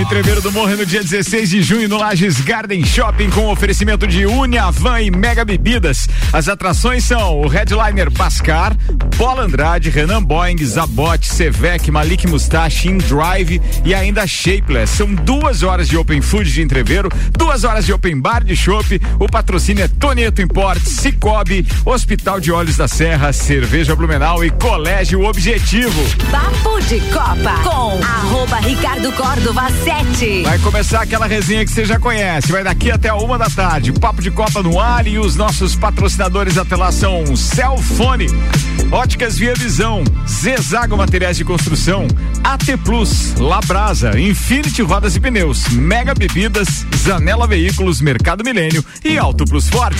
Entreveiro do Morro no dia 16 de junho no Lages Garden Shopping com oferecimento de Uniavan e Mega Bebidas. As atrações são o Headliner Bascar, Bola Andrade, Renan Boeing, Zabot, Sevec, Malik Mustache, InDrive e ainda Shapeless. São 2 horas de Open Food de Entreveiro, 2 horas de Open Bar de Chopp. O patrocínio é Tonieto Imports, Cicobi, Hospital de Olhos da Serra, Cerveja Blumenau e Colégio Objetivo. Papo de Copa com @Ricardo Córdova 7. Vai começar aquela resenha que você já conhece. Vai daqui até 1h da tarde. Papo de Copa no ar e os nossos patrocinadores até lá são Celfone, Óticas Via Visão, Zezago Materiais de Construção, AT Plus, Labrasa, Infinity Rodas e Pneus, Mega Bebidas, Zanela Veículos, Mercado Milênio e Auto Plus Ford.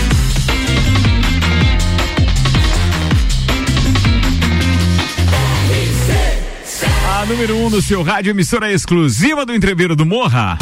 A número 1 no seu rádio, emissora exclusiva do Entreveiro do Morra.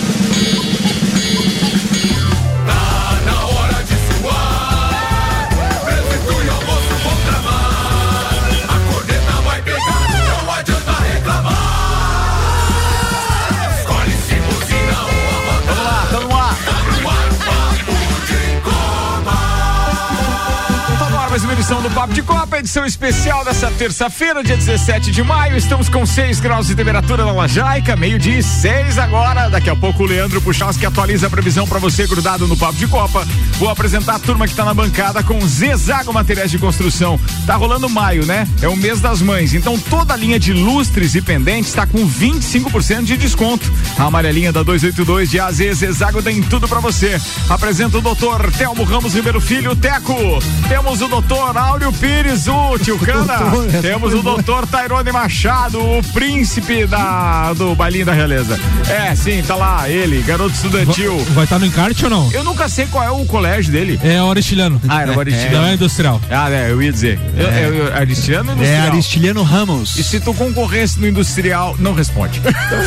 Mais uma edição do Papo de Copa, edição especial dessa terça-feira, dia 17 de maio. Estamos com 6 graus de temperatura na Lajaica, 12:06 agora. Daqui a pouco o Leandro Puchalski atualiza a previsão para você grudado no Papo de Copa. Vou apresentar a turma que tá na bancada com Zezago Materiais de Construção. Tá rolando maio, né? É o mês das mães, então toda a linha de lustres e pendentes tá com 25% de desconto. A amarelinha da 282 de AZ Zezago tem tudo para você. Apresenta o doutor Telmo Ramos Ribeiro Filho, Teco. Temos o doutor Áureo Pires, o tio Cana. Temos o doutor Tairone Machado, o príncipe do bailinho da realeza. É, sim, tá lá, ele, garoto estudantil. Vai estar no encarte ou não? Eu nunca sei qual é o colégio dele. É Aristiliano. Ah, era o Aristiliano. Não é industrial. Ah, eu ia dizer. Aristiliano ou industrial? É Aristiliano Ramos. E se tu concorresse no industrial, não responde.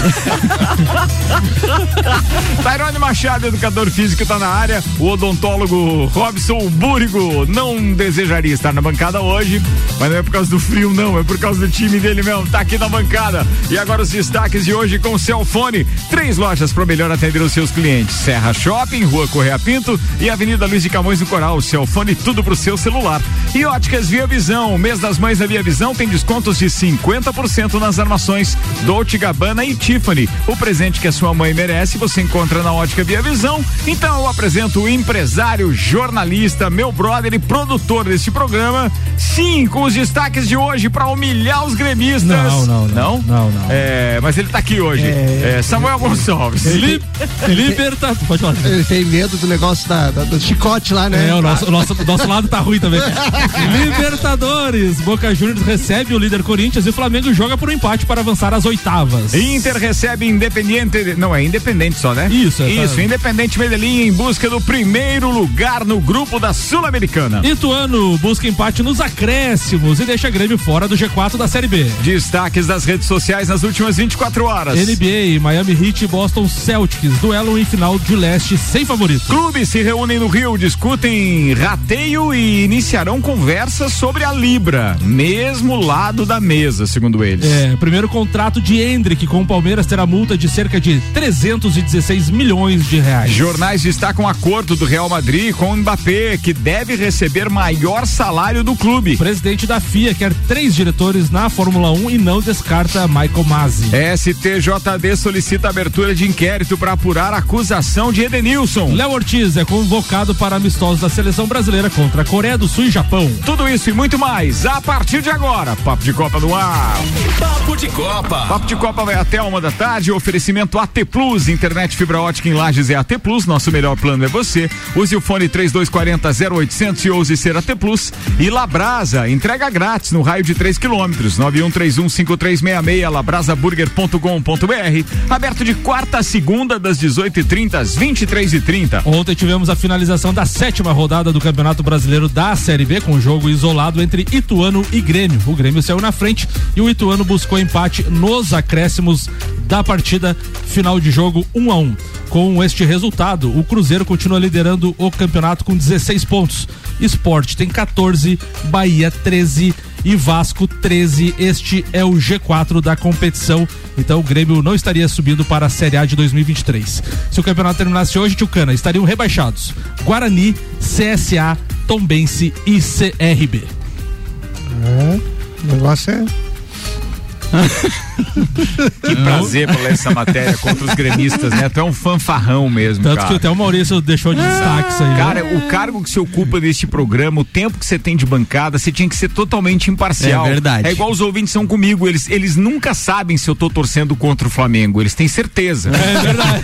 Tairone Machado, educador físico, tá na área. O odontólogo Robson Búrigo não desejaria estar na bancada hoje, mas não é por causa do frio, não, é por causa do time dele mesmo, tá aqui na bancada. E agora os destaques de hoje com o Celfone, 3 lojas para melhor atender os seus clientes: Serra Shopping, Rua Correia Pinto e Avenida Luiz de Camões do Coral. Celfone, tudo pro seu celular. E Óticas Via Visão, o mês das mães da Via Visão tem descontos de 50% nas armações Dolce & Gabbana e Tiffany. O presente que a sua mãe merece você encontra na Ótica Via Visão. Então eu apresento o empresário, jornalista, meu brother e produtor deste programa, sim, com os destaques de hoje para humilhar os gremistas. Não? Mas ele tá aqui hoje. Samuel Gonçalves. Pode falar. Ele tem medo do negócio do chicote lá, né? O nosso lado tá ruim também. Libertadores, Boca Juniors recebe o líder Corinthians e o Flamengo joga por um empate para avançar às oitavas. Inter recebe Independiente, não, é Independente só, né? Isso, Independente Medellín em busca do primeiro lugar no grupo da Sul-Americana. Ituano busca empate nos acréscimos e deixa Grêmio fora do G4 da Série B. Destaques das redes sociais nas últimas 24 horas. NBA, Miami Heat e Boston Celtics, duelo em final de leste sem favorito. Clubes se reúnem no Rio, discutem rateio e iniciarão conversas sobre a Libra, mesmo lado da mesa, segundo eles. Primeiro contrato de Endrick com o Palmeiras terá multa de cerca de 316 milhões de reais. Jornais destacam acordo do Real Madrid com o Mbappé, que deve receber maior salário do clube. O presidente da FIA quer 3 diretores na Fórmula 1 e não descarta Michael Masi. STJD solicita abertura de inquérito para apurar a acusação de Edenilson. Léo Ortiz é convocado para amistosos da seleção brasileira contra a Coreia do Sul e Japão. Tudo isso e muito mais a partir de agora. Papo de Copa no ar. Papo de Copa. Papo de Copa vai até 1h da tarde. Oferecimento AT Plus, internet fibra ótica em Lages é AT Plus. Nosso melhor plano é você. Use o fone 3240-0800 e ouse ser AT Plus. E Labrasa, entrega grátis no raio de 3 km. 91315366, labrasaburger.com.br. Aberto de quarta a segunda, das 18h30 às 23h30. Ontem tivemos a finalização da 7ª rodada do Campeonato Brasileiro da Série B, com um jogo isolado entre Ituano e Grêmio. O Grêmio saiu na frente e o Ituano buscou empate nos acréscimos da partida, final de jogo 1-1. Com este resultado, o Cruzeiro continua liderando o campeonato com 16 pontos. Sport tem 14, Bahia 13 e Vasco 13. Este é o G4 da competição. Então o Grêmio não estaria subindo para a Série A de 2023. Se o campeonato terminasse hoje, Tchucana, estariam rebaixados Guarani, CSA, Tombense e CRB. O negócio é... Que prazer por ler essa matéria contra os gremistas, né? Tu é um fanfarrão mesmo, tanto cara. que até o Maurício deixou de destaque isso aí. Cara, o cargo que você ocupa deste programa, o tempo que você tem de bancada, você tinha que ser totalmente imparcial. É verdade. É igual os ouvintes são comigo, eles nunca sabem se eu tô torcendo contra o Flamengo, eles têm certeza. É verdade.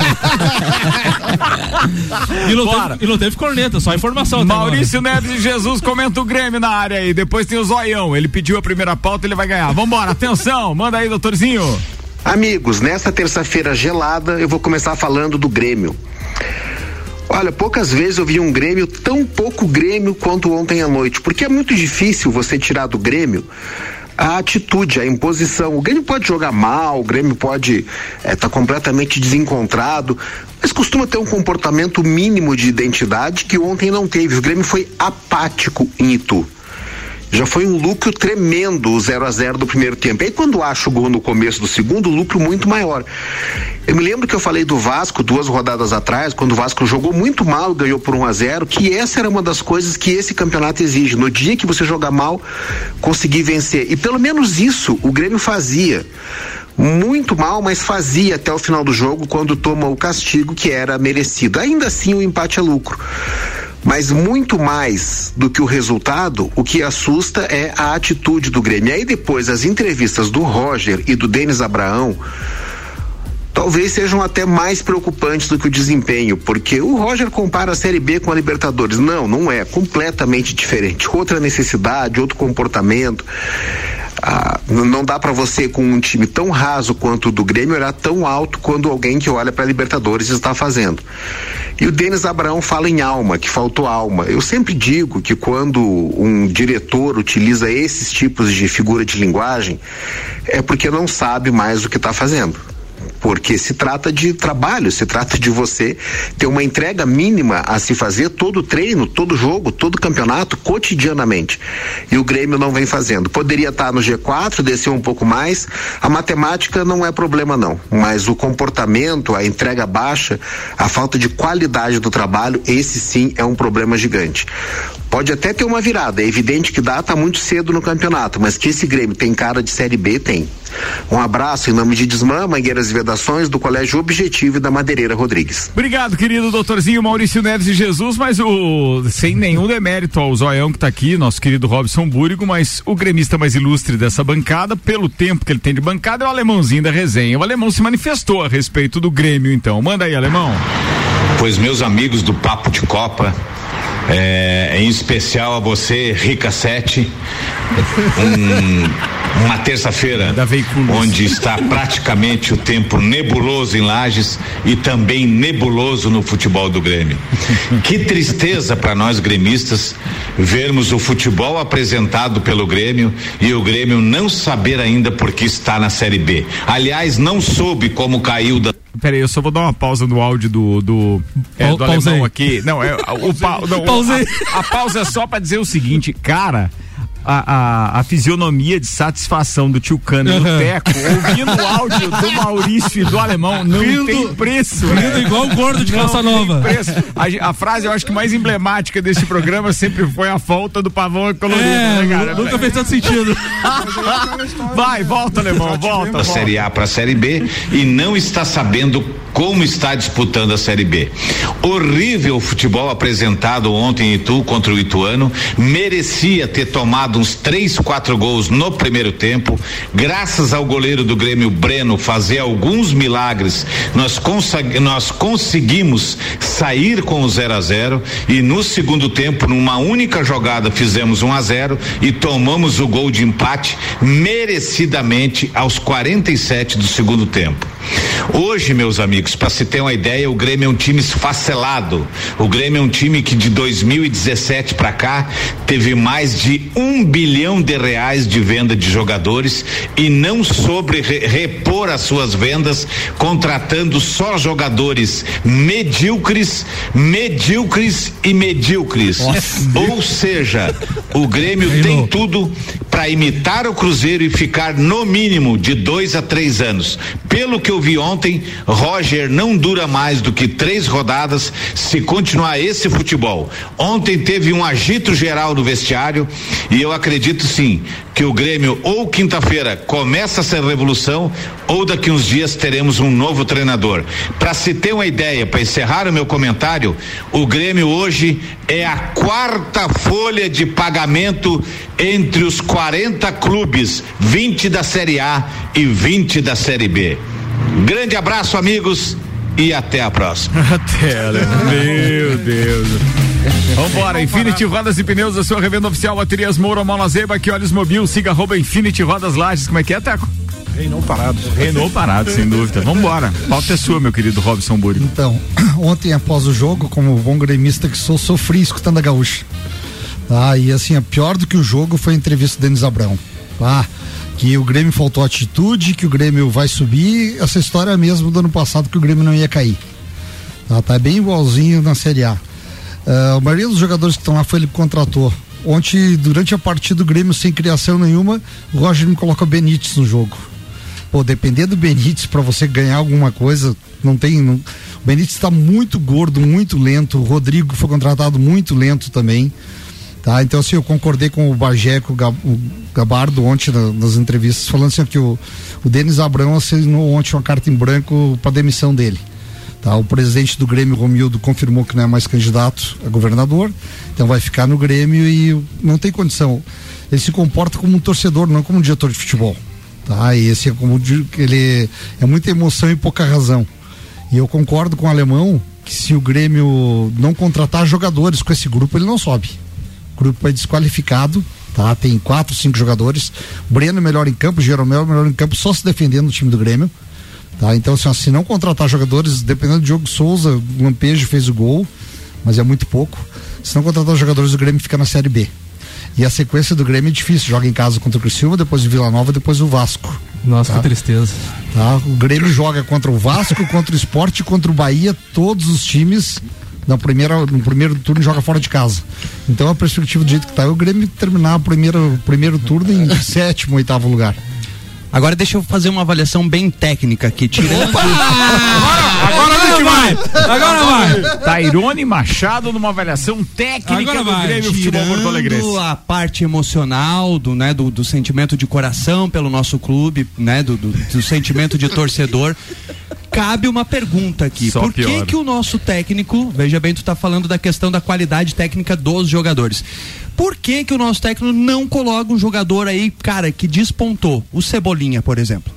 e não teve corneta, só informação. Maurício Neves de Jesus comenta o Grêmio na área aí, depois tem o Zoião, ele pediu a primeira pauta, ele vai ganhar. Vambora, atenção, manda aí, doutorzinho. Amigos, nessa terça-feira gelada eu vou começar falando do Grêmio. Olha, poucas vezes eu vi um Grêmio tão pouco Grêmio quanto ontem à noite, porque é muito difícil você tirar do Grêmio a atitude, a imposição. O Grêmio pode jogar mal, o Grêmio pode tá completamente desencontrado, mas costuma ter um comportamento mínimo de identidade que ontem não teve. O Grêmio foi apático em Itu. Já foi um lucro tremendo o 0-0 do primeiro tempo. Aí quando acho o gol no começo do segundo, o lucro muito maior. Eu me lembro que eu falei do Vasco 2 rodadas atrás, quando o Vasco jogou muito mal, ganhou por 1-0, que essa era uma das coisas que esse campeonato exige. No dia que você jogar mal, conseguir vencer. E pelo menos isso o Grêmio fazia. Muito mal, mas fazia até o final do jogo, quando toma o castigo que era merecido. Ainda assim o empate é lucro. Mas muito mais do que o resultado, o que assusta é a atitude do Grêmio. E aí depois as entrevistas do Roger e do Denis Abraão talvez sejam até mais preocupantes do que o desempenho, porque o Roger compara a Série B com a Libertadores. Não é, completamente diferente. Outra necessidade, outro comportamento. Não dá para você, com um time tão raso quanto o do Grêmio, olhar tão alto quando alguém que olha para a Libertadores está fazendo. E o Denis Abraão fala em alma, que faltou alma. Eu sempre digo que quando um diretor utiliza esses tipos de figura de linguagem, é porque não sabe mais o que está fazendo. Porque se trata de trabalho, se trata de você ter uma entrega mínima a se fazer todo treino, todo jogo, todo campeonato, cotidianamente. E o Grêmio não vem fazendo. Poderia estar no G4, descer um pouco mais. A matemática não é problema não, mas o comportamento, a entrega baixa, a falta de qualidade do trabalho, esse sim é um problema gigante. Pode até ter uma virada, é evidente que tá muito cedo no campeonato, mas que esse Grêmio tem cara de Série B, tem. Um abraço em nome de Desmã, Mangueiras e Vedações, do Colégio Objetivo e da Madeireira Rodrigues. Obrigado, querido doutorzinho Maurício Neves de Jesus, mas sem nenhum demérito ao Zoião que tá aqui, nosso querido Robson Búrigo, mas o gremista mais ilustre dessa bancada, pelo tempo que ele tem de bancada, é o alemãozinho da resenha. O alemão se manifestou a respeito do Grêmio, então. Manda aí, alemão. Pois, meus amigos do Papo de Copa, em especial a você, Rica 7, uma terça-feira onde está praticamente o tempo nebuloso em Lages e também nebuloso no futebol do Grêmio. Que tristeza para nós gremistas vermos o futebol apresentado pelo Grêmio e o Grêmio não saber ainda por que está na Série B. Aliás, não soube como caiu da... Peraí, eu só vou dar uma pausa no áudio do alemão aqui. Não, a pausa é só pra dizer o seguinte, cara, a fisionomia de satisfação do Tchucana e do Teco, ouvindo o áudio do Maurício e do alemão, não tem preço. Rindo igual o gordo de calça nova. A frase, eu acho que mais emblemática desse programa sempre foi a falta do pavão colorido, né, cara? Nunca fez tanto sentido. Vai, volta, alemão, volta. Da Série A para a Série B e não está sabendo como está disputando a Série B. Horrível o futebol apresentado ontem em Itu contra o Ituano, merecia ter tomado uns 3-4 gols no primeiro tempo, graças ao goleiro do Grêmio, Breno, fazer alguns milagres, nós conseguimos sair com o 0-0 e no segundo tempo, numa única jogada, fizemos 1-0 e tomamos o gol de empate merecidamente aos 47 do segundo tempo. Hoje, meus amigos, para se ter uma ideia, o Grêmio é um time esfacelado. O Grêmio é um time que de 2017 para cá teve mais de R$1 bilhão de venda de jogadores e não soube repor as suas vendas, contratando só jogadores medíocres. Ou seja, o Grêmio tem tudo para imitar o Cruzeiro e ficar no mínimo de 2 a 3 anos. Pelo que eu vi ontem, Roger não dura mais do que 3 rodadas se continuar esse futebol. Ontem teve um agito geral no vestiário e eu acredito sim que o Grêmio ou quinta-feira começa essa revolução ou daqui uns dias teremos um novo treinador. Para se ter uma ideia, para encerrar o meu comentário, o Grêmio hoje é a 4ª folha de pagamento entre os 40 clubes, 20 da Série A e 20 da Série B. Grande abraço, amigos, e até a próxima. Até, meu Deus. Vambora, Infinity Rodas e Pneus, a sua revenda oficial, Baterias Moura, Mola Zeba, que Olhos Mobil, siga @Infinity Rodas Lages. Como é que é, Teco? Renault parado. Renault parado, sem dúvida. Vambora. Pauta é sua, meu querido Robson Buri. Então, ontem após o jogo, como bom gremista que sou, sofri escutando a Gaúcha. Tá, e assim, pior do que o jogo foi a entrevista do Denis Abrão. Tá? Que o Grêmio faltou atitude, que o Grêmio vai subir, essa história mesmo do ano passado que o Grêmio não ia cair. Tá bem igualzinho na Série A. A maioria dos jogadores que estão lá foi ele que contratou. Ontem, durante a partida do Grêmio, sem criação nenhuma, o Roger me coloca o Benítez no jogo. Pô, depender do Benítez pra você ganhar alguma coisa, não tem. O Benítez tá muito gordo, muito lento. O Rodrigo foi contratado muito lento também. Tá? Então, assim, eu concordei com o Bagé, com o Gabardo ontem nas entrevistas, falando assim que o Denis Abrão assinou ontem uma carta em branco para demissão dele. Tá? O presidente do Grêmio, Romildo, confirmou que não é mais candidato a governador, então vai ficar no Grêmio e não tem condição. Ele se comporta como um torcedor, não como um diretor de futebol. Tá? E esse ele é muita emoção e pouca razão. E eu concordo com o Alemão que se o Grêmio não contratar jogadores com esse grupo, ele não sobe. O grupo é desqualificado, tá? Tem 4, 5 jogadores. Breno melhor em campo, Jeromel melhor em campo, só se defendendo no time do Grêmio. Tá? Então, assim, se não contratar jogadores, dependendo do Diogo Souza, o Lampejo fez o gol, mas é muito pouco. Se não contratar jogadores, o Grêmio fica na Série B. E a sequência do Grêmio é difícil. Joga em casa contra o Criciúma, depois o Vila Nova, depois o Vasco. Nossa, tá? Que tristeza. Tá? O Grêmio joga contra o Vasco, contra o Sport, contra o Bahia, todos os times no primeiro turno joga fora de casa. Então a perspectiva do jeito que tá é o Grêmio terminar o primeiro turno em 7º, 8º lugar. Agora deixa eu fazer uma avaliação bem técnica aqui, tirando... Agora vai! Tairone Machado numa avaliação técnica do Grêmio Futebol Porto Alegre. Tirando a parte emocional do sentimento de coração pelo nosso clube, né, do sentimento de torcedor, cabe uma pergunta aqui. Só por que o nosso técnico, veja bem, tu tá falando da questão da qualidade técnica dos jogadores. Por que o nosso técnico não coloca um jogador aí, cara, que despontou? O Cebolinha, por exemplo.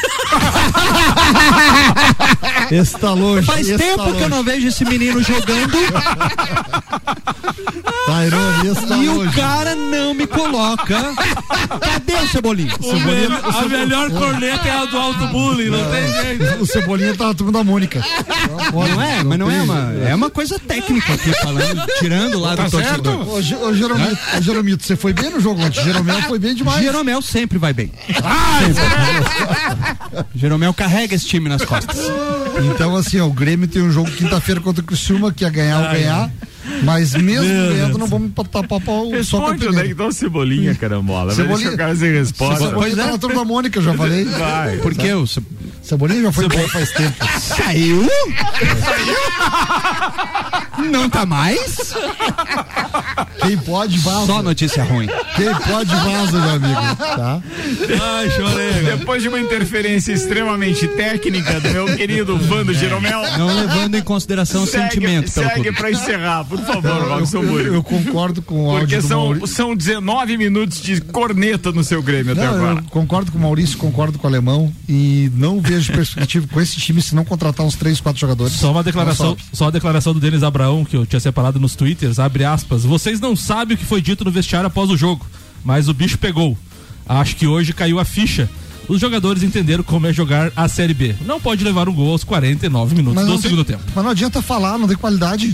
Esse tá longe. Faz tempo que eu não vejo esse menino jogando. E o cara não me coloca. Cadê o Cebolinha? A melhor corneta é a do Alto Bullying, não tem jeito. O Cebolinha tá na turma da Mônica. Não é, mas não é uma coisa técnica aqui falando, tirando lá do torcedor. Ô Jeromito, você foi bem no jogo ontem. Jeromel foi bem demais. Jeromel sempre vai bem. Jeromel carrega esse time nas costas. Então, assim, o Grêmio tem um jogo quinta-feira contra o Criciúma, que ia ganhar ou ganhar. Mas mesmo ganhando, não vamos tapar só com o onde é que tá o Cebolinha, carambola? Vai deixar o cara sem resposta. Cebolinha tá na turma da Mônica, eu já falei. Vai. Por que o Cebolinha já foi bom faz tempo. Saiu? Não tá mais? Quem pode, vaza. Só notícia ruim. Quem pode, vaza, meu amigo. Tá? Ai, chorei. Depois de uma interferência extremamente técnica do meu querido fã do Jeromel. Não levando em consideração o sentimento. Segue pra encerrar, por favor, Robson Buri. Eu concordo com o áudio do Maurício. São 19 minutos de corneta no seu Grêmio até agora. Eu concordo com o Maurício, concordo com o Alemão e não vejo perspectiva com esse time se não contratar uns 3, 4 jogadores. Só a declaração do Denis Abraão, que eu tinha separado nos twitters, abre aspas, vocês não sabem o que foi dito no vestiário após o jogo, mas o bicho pegou. Acho que hoje caiu a ficha. Os jogadores entenderam como é jogar a Série B. Não pode levar um gol aos 49 minutos do segundo tempo. Mas não adianta falar, não tem qualidade.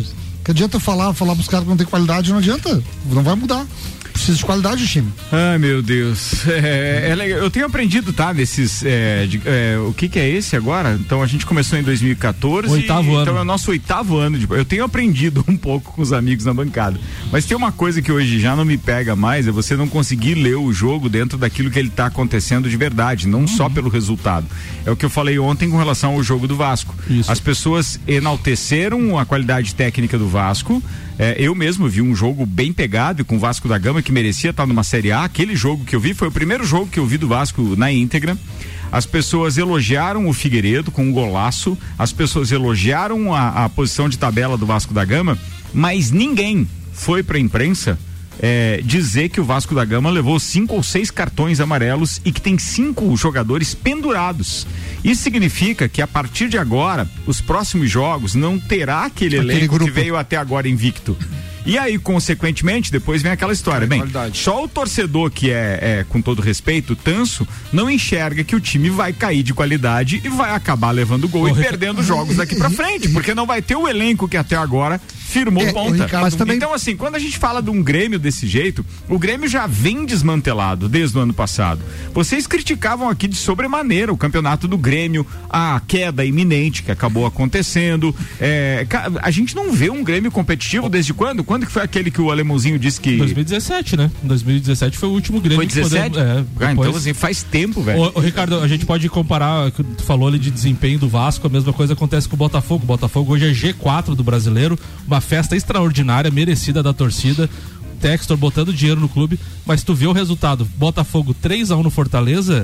Que adianta falar pros caras que não tem qualidade, não adianta, não vai mudar. Precisa de qualidade o time. Ai, meu Deus. Eu tenho aprendido, tá? Desses. O que é esse agora? Então a gente começou em 2014. Oitavo ano. Então é o nosso 8º ano. Eu tenho aprendido um pouco com os amigos na bancada. Mas tem uma coisa que hoje já não me pega mais: é você não conseguir ler o jogo dentro daquilo que ele tá acontecendo de verdade, não só pelo resultado. É o que eu falei ontem com relação ao jogo do Vasco. Isso. As pessoas enalteceram a qualidade técnica do Vasco. Eu mesmo vi um jogo bem pegado com o Vasco da Gama, que merecia estar numa Série A. Aquele jogo que eu vi foi o primeiro jogo que eu vi do Vasco na íntegra. As pessoas elogiaram o Figueiredo com um golaço, as pessoas elogiaram a posição de tabela do Vasco da Gama, mas ninguém foi para a imprensa dizer que o Vasco da Gama levou 5 ou 6 cartões amarelos e que tem 5 jogadores pendurados. Isso significa que a partir de agora, os próximos jogos não terá aquele elenco que veio até agora invicto. E aí, consequentemente, depois vem aquela história. Bem, só o torcedor que com todo respeito, tanso, não enxerga que o time vai cair de qualidade e vai acabar levando gol e perdendo jogos daqui pra frente, porque não vai ter o elenco que até agora firmou ponta. Mas também... Então, assim, quando a gente fala de um Grêmio desse jeito, o Grêmio já vem desmantelado desde o ano passado. Vocês criticavam aqui de sobremaneira o campeonato do Grêmio, a queda iminente que acabou acontecendo. A gente não vê um Grêmio competitivo desde quando? Quando que foi aquele que o Alemãozinho disse que... 2017, né? 2017 foi o último Grêmio. Foi 17? Então assim, faz tempo, velho. Ô, Ricardo, a gente pode comparar, tu falou ali de desempenho do Vasco, a mesma coisa acontece com o Botafogo. O Botafogo hoje é G4 do Brasileiro, uma festa extraordinária, merecida da torcida, Textor botando dinheiro no clube, mas tu vê o resultado, Botafogo 3-1 no Fortaleza,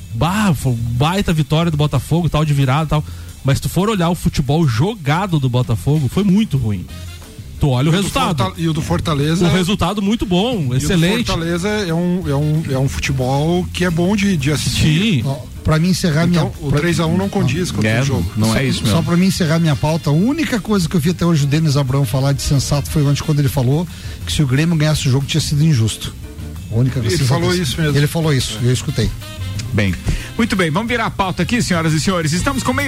baita vitória do Botafogo, tal de virada, tal, mas tu for olhar o futebol jogado do Botafogo, foi muito ruim. Tu olha o resultado. E o do Fortaleza. O resultado muito bom, excelente. O Fortaleza é um futebol que é bom de assistir. Sim. Pra mim encerrar o 3-1 não condiz com o jogo. Não é isso mesmo. Só pra mim encerrar minha pauta, a única coisa que eu vi até hoje o Denis Abrão falar de sensato foi ontem quando ele falou que se o Grêmio ganhasse o jogo tinha sido injusto. A única coisa. Ele falou isso mesmo. Ele falou isso, eu escutei. Bem, muito bem, vamos virar a pauta aqui, senhoras e senhores. Estamos com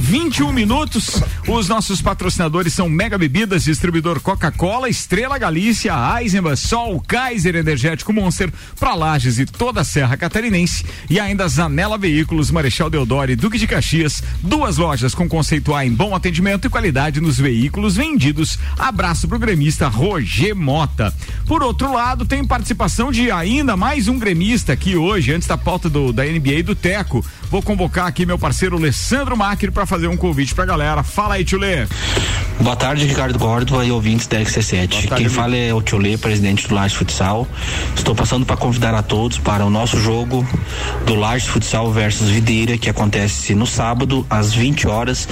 12:21. Os nossos patrocinadores são Mega Bebidas, distribuidor Coca-Cola, Estrela Galícia, Eisenbahn, Sol, Kaiser Energético Monster, pra Lages e toda a Serra Catarinense, e ainda Zanela Veículos, Marechal Deodoro e Duque de Caxias, 2 lojas com conceito A em bom atendimento e qualidade nos veículos vendidos. Abraço pro gremista Roger Mota. Por outro lado, tem participação de ainda mais um gremista aqui hoje, antes da pauta da NBA e do Teco. Vou convocar aqui meu parceiro Alessandro Macri para fazer um convite pra galera. Fala aí, Tio Lê. Boa tarde, Ricardo Córdova e ouvintes da XC7. Quem fala é o Tio Lê, presidente do Lages Futsal. Estou passando para convidar a todos para o nosso jogo do Lages Futsal versus Videira, que acontece no sábado às 20 horas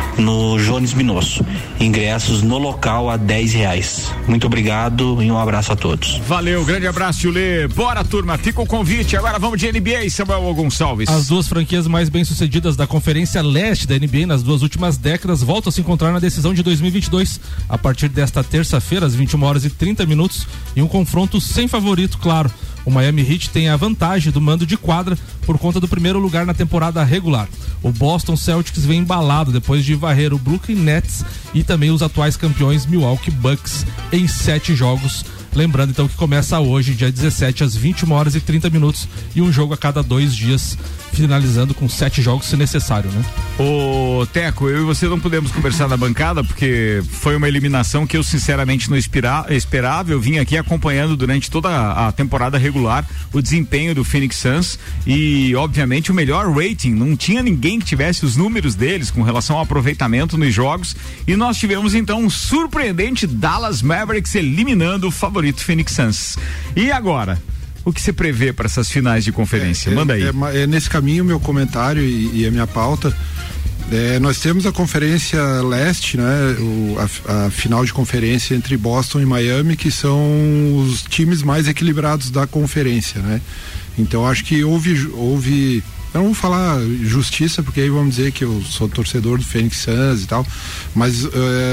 no Jones Minosso. Ingressos no local a R$10. Muito obrigado e um abraço a todos. Valeu, grande abraço, Tio Lê. Bora, turma, fica o convite. Agora vamos de NBA, Samuel Gonçalves. As 2 franquias mais bem-sucedidas da Conferência Leste da NBA nas 2 últimas décadas voltam a se encontrar na decisão de 2022, a partir desta terça-feira, às 21h30, e um confronto sem favorito, claro. O Miami Heat tem a vantagem do mando de quadra por conta do primeiro lugar na temporada regular. O Boston Celtics vem embalado depois de varrer o Brooklyn Nets e também os atuais campeões Milwaukee Bucks em 7 jogos. Lembrando então que começa hoje, dia 17, às 21h30, e um jogo a cada 2 dias, finalizando com 7 jogos se necessário, né? Ô Teco, eu e você não pudemos conversar na bancada porque foi uma eliminação que eu sinceramente não esperava. Eu vim aqui acompanhando durante toda a temporada regular o desempenho do Phoenix Suns e obviamente o melhor rating, não tinha ninguém que tivesse os números deles com relação ao aproveitamento nos jogos, e nós tivemos então um surpreendente Dallas Mavericks eliminando o favorito Phoenix Suns. E agora? O que você prevê para essas finais de conferência? Manda aí. É nesse caminho o meu comentário e a minha pauta. Nós temos a Conferência Leste, né? A final de conferência entre Boston e Miami, que são os times mais equilibrados da conferência, né? Então acho que houve eu não vou falar justiça, porque aí vamos dizer que eu sou torcedor do Phoenix Suns e tal, mas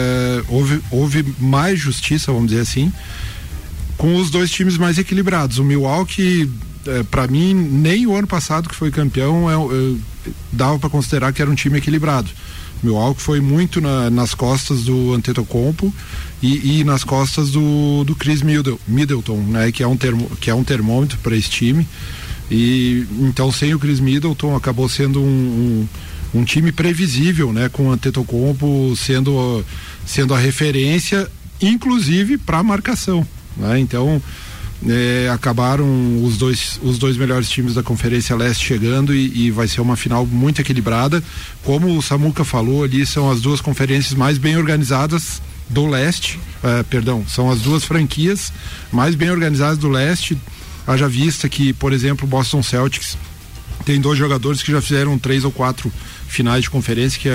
houve mais justiça, vamos dizer assim, com os 2 times mais equilibrados. O Milwaukee para mim, nem o ano passado que foi campeão, dava para considerar que era um time equilibrado. Milwaukee foi muito nas costas do Antetokounmpo e nas costas do Chris Middleton, né, que é um termômetro para esse time. E então, sem o Chris Middleton, acabou sendo um time previsível, né, com o Antetokounmpo sendo a referência, inclusive para a marcação, né? Então acabaram os dois melhores times da Conferência Leste chegando e vai ser uma final muito equilibrada. Como o Samuca falou ali, são as duas conferências mais bem organizadas do leste, são as duas franquias mais bem organizadas do leste. Haja vista que, por exemplo, o Boston Celtics tem 2 jogadores que já fizeram 3 ou 4 finais de conferência, que é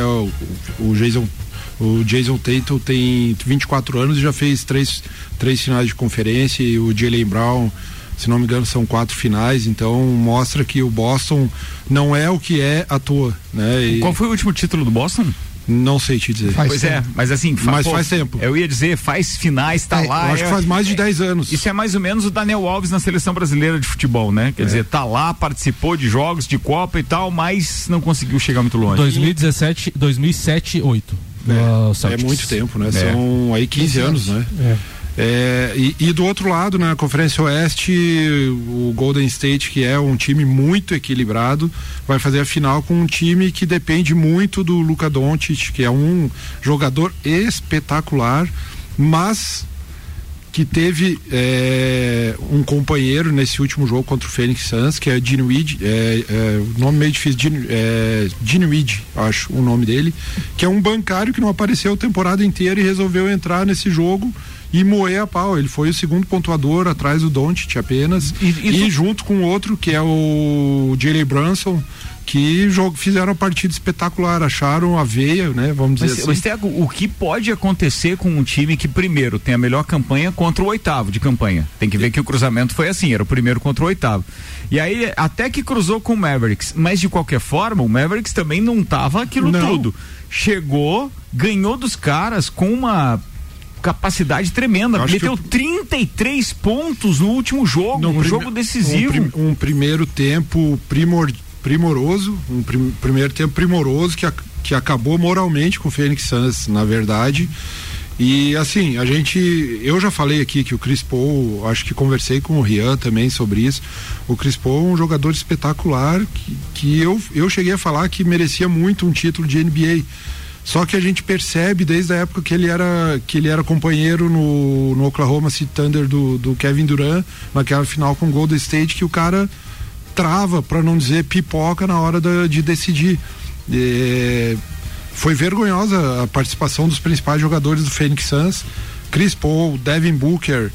o Jason Tatum, tem 24 anos e já fez 3 finais de conferência, e o Jaylen Brown, se não me engano, são 4 finais. Então mostra que o Boston não é o que é à toa, né? Qual foi o último título do Boston? Não sei te dizer. Pois é, mas assim, faz tempo. Eu ia dizer, faz finais, tá lá. Eu acho que faz mais de 10 anos. Isso é mais ou menos o Daniel Alves na seleção brasileira de futebol, né? Quer dizer, tá lá, participou de jogos de Copa e tal, mas não conseguiu chegar muito longe. 2017, 2007, 8. É muito tempo, né? São aí 15 anos, né? E do outro lado, na Conferência Oeste, o Golden State, que é um time muito equilibrado, vai fazer a final com um time que depende muito do Luka Doncic, que é um jogador espetacular, mas que teve um companheiro nesse último jogo contra o Phoenix Suns, que é Dinwiddie, o nome meio difícil, Dinwiddie, acho o nome dele, que é um bancário que não apareceu a temporada inteira e resolveu entrar nesse jogo e moer a pau. Ele foi o segundo pontuador atrás do Doncic apenas, e junto com outro que é o Jalen Brunson, que fizeram a partida espetacular, acharam a veia, né? Vamos dizer assim. Mas Thiago, o que pode acontecer com um time que primeiro tem a melhor campanha contra o 8º de campanha? Tem que ver que o cruzamento foi assim, era o primeiro contra o 8º. E aí, até que cruzou com o Mavericks, mas de qualquer forma, o Mavericks também não tava aquilo tudo. Chegou, ganhou dos caras com uma capacidade tremenda, meteu 33 pontos no último jogo, jogo decisivo. Um primeiro tempo primoroso, primeiro tempo primoroso que acabou moralmente com o Phoenix Suns, na verdade. E assim, eu já falei aqui que o Chris Paul, acho que conversei com o Rian também sobre isso. O Chris Paul é um jogador espetacular que eu cheguei a falar que merecia muito um título de NBA. Só que a gente percebe desde a época que ele era companheiro no Oklahoma City Thunder do Kevin Durant, naquela final com o Golden State, que o cara trava, para não dizer pipoca, na hora de decidir. Foi vergonhosa a participação dos principais jogadores do Phoenix Suns: Chris Paul, Devin Booker,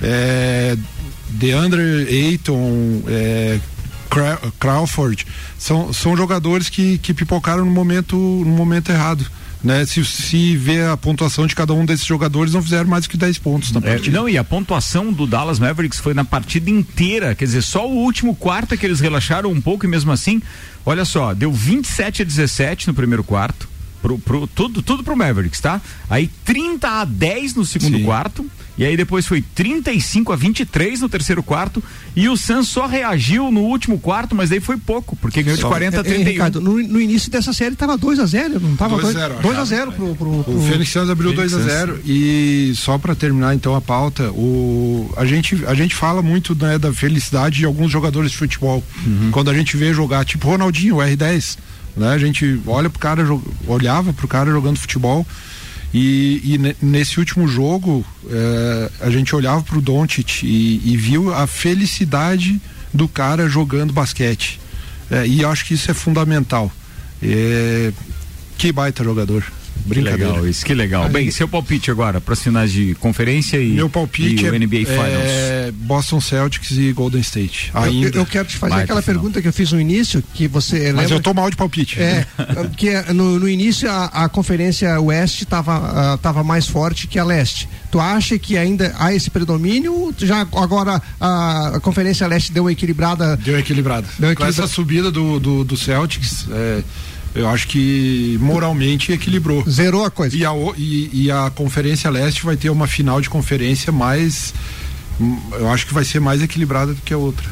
DeAndre Ayton, Crawford. São jogadores que pipocaram no momento errado, né? Se vê a pontuação de cada um desses jogadores, não fizeram mais do que 10 pontos na partida. E a pontuação do Dallas Mavericks foi na partida inteira, quer dizer, só o último quarto que eles relaxaram um pouco, e mesmo assim, olha só, deu 27-17 no primeiro quarto, tudo pro Mavericks, tá? Aí 30-10 no segundo quarto, e aí depois foi 35-23 no terceiro quarto, e o Suns só reagiu no último quarto, mas daí foi pouco, porque ganhou de 40-31. Ricardo, no início dessa série tava 2-0, não tava 2-0 pro o Phoenix Suns abriu 2-0. E só para terminar então a pauta, a gente fala muito, né, da felicidade de alguns jogadores de futebol, quando a gente vê jogar, tipo Ronaldinho, o R10, né? A gente olhava pro cara jogando futebol, e nesse último jogo a gente olhava pro Doncic e viu a felicidade do cara jogando basquete, e eu acho que isso é fundamental. Que baita jogador. Brincadeira. Que legal. Bem, seu palpite agora para as finais de conferência e meu palpite o NBA Finals. Boston Celtics e Golden State. Eu quero te fazer aquela pergunta que eu fiz no início, que você Mas lembra? eu tô mal de palpite. Que no início a conferência Oeste tava mais forte que a Leste. Tu acha que ainda há esse predomínio? Já agora a conferência Leste deu uma equilibrada? Deu equilibrada. Com essa subida do Celtics, eu acho que moralmente equilibrou. Zerou a coisa. E a Conferência Leste vai ter uma final de conferência mais. Eu acho que vai ser mais equilibrada do que a outra.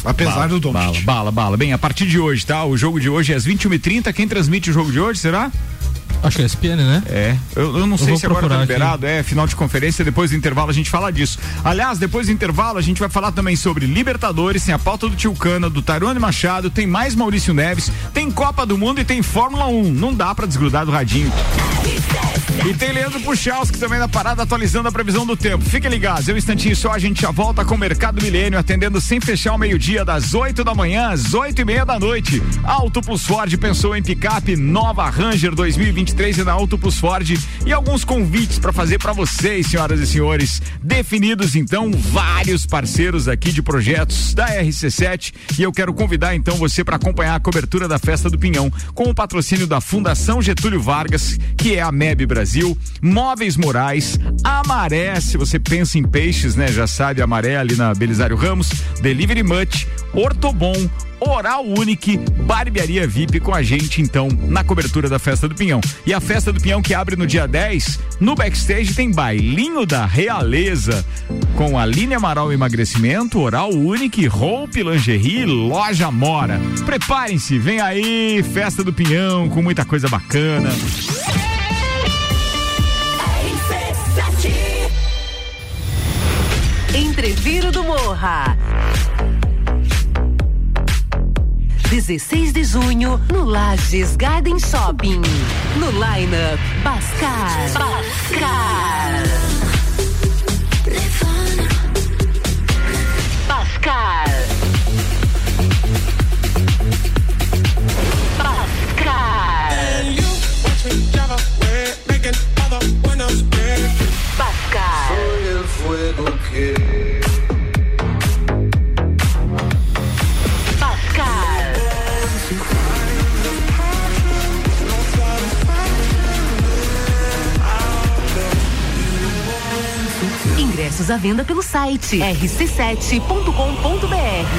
Apesar do Doncic. Bala. Bem, a partir de hoje, tá? O jogo de hoje é às 21h30. Quem transmite o jogo de hoje, será? Acho que é ESPN, né? Eu não sei se agora tá liberado, final de conferência, depois do intervalo a gente fala disso. Aliás, depois do intervalo a gente vai falar também sobre Libertadores, tem a pauta do Tio Cana, do Tairone Machado, tem mais Maurício Neves, tem Copa do Mundo e tem Fórmula 1. Não dá pra desgrudar do radinho. E tem Leandro Puchalski também na parada, atualizando a previsão do tempo. Fiquem ligados, um instantinho só, a gente já volta com o Mercado Milênio, atendendo sem fechar ao meio-dia, das 8 da manhã às 8:30 da noite. Auto Plus Ford pensou em picape, nova Ranger 2023 e na Auto Plus Ford, e alguns convites para fazer para vocês, senhoras e senhores. Definidos então vários parceiros aqui de projetos da RC7, e eu quero convidar então você para acompanhar a cobertura da Festa do Pinhão com o patrocínio da Fundação Getúlio Vargas, que é a MEB Brasil, Móveis Morais, Amaré, se você pensa em peixes, né, já sabe, Amaré ali na Belisário Ramos, Delivery Much, Ortobon, Oral Unique, Barbearia VIP com a gente então na cobertura da Festa do Pinhão. E a Festa do Pinhão que abre no dia 10, no backstage tem bailinho da realeza com Aline Amaral Emagrecimento, Oral Unique, Hope Lingerie, Loja Mora. Preparem-se, vem aí Festa do Pinhão com muita coisa bacana. Entreviro do Morra. 16 de junho, no Lages Garden Shopping. No line-up, Bascar. Bascar. Bascar. Bascar. Soy el fuego que ingressos à venda pelo site rc7.com.br.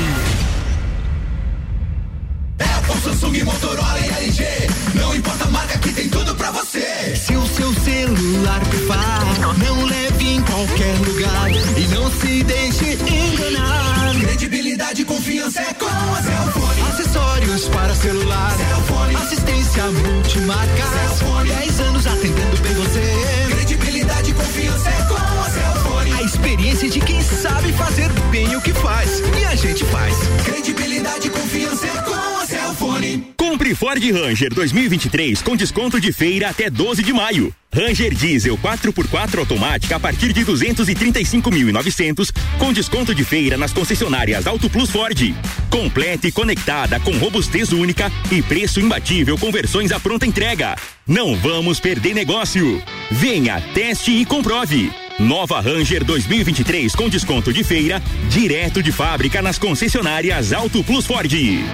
Apple, Samsung, Motorola e LG. Não importa a marca, que tem tudo pra você. Se o seu celular pifar, não leve em qualquer lugar e não se deixe enganar. Credibilidade e confiança é com a Cellfone. Acessórios para celular, Cellfone. Assistência multimarca, Cellfone. 10 anos atendendo bem você. Credibilidade e confiança é com a Cellfone. A experiência de quem sabe fazer bem o que faz. E a gente faz. Credibilidade e confiança é com a Cellfone. Compre Ford Ranger 2023 com desconto de feira até 12 de maio. Ranger Diesel 4x4 automática a partir de 235.900 com desconto de feira nas concessionárias Auto Plus Ford. Completa e conectada com robustez única e preço imbatível com versões à pronta entrega. Não vamos perder negócio. Venha, teste e comprove. Nova Ranger 2023 com desconto de feira direto de fábrica nas concessionárias Auto Plus Ford.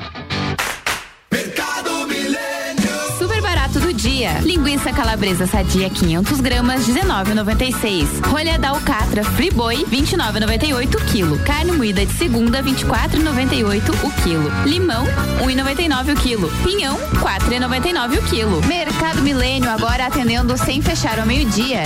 Super barato do dia. Linguiça calabresa sadia 500 gramas, 19,96. Rolha da alcatra Friboi, 29,98 o quilo. Carne moída de segunda, 24,98 o quilo. Limão, 1,99 o quilo. Pinhão, 4,99 o quilo. Mercado Milênio, agora atendendo sem fechar ao meio-dia.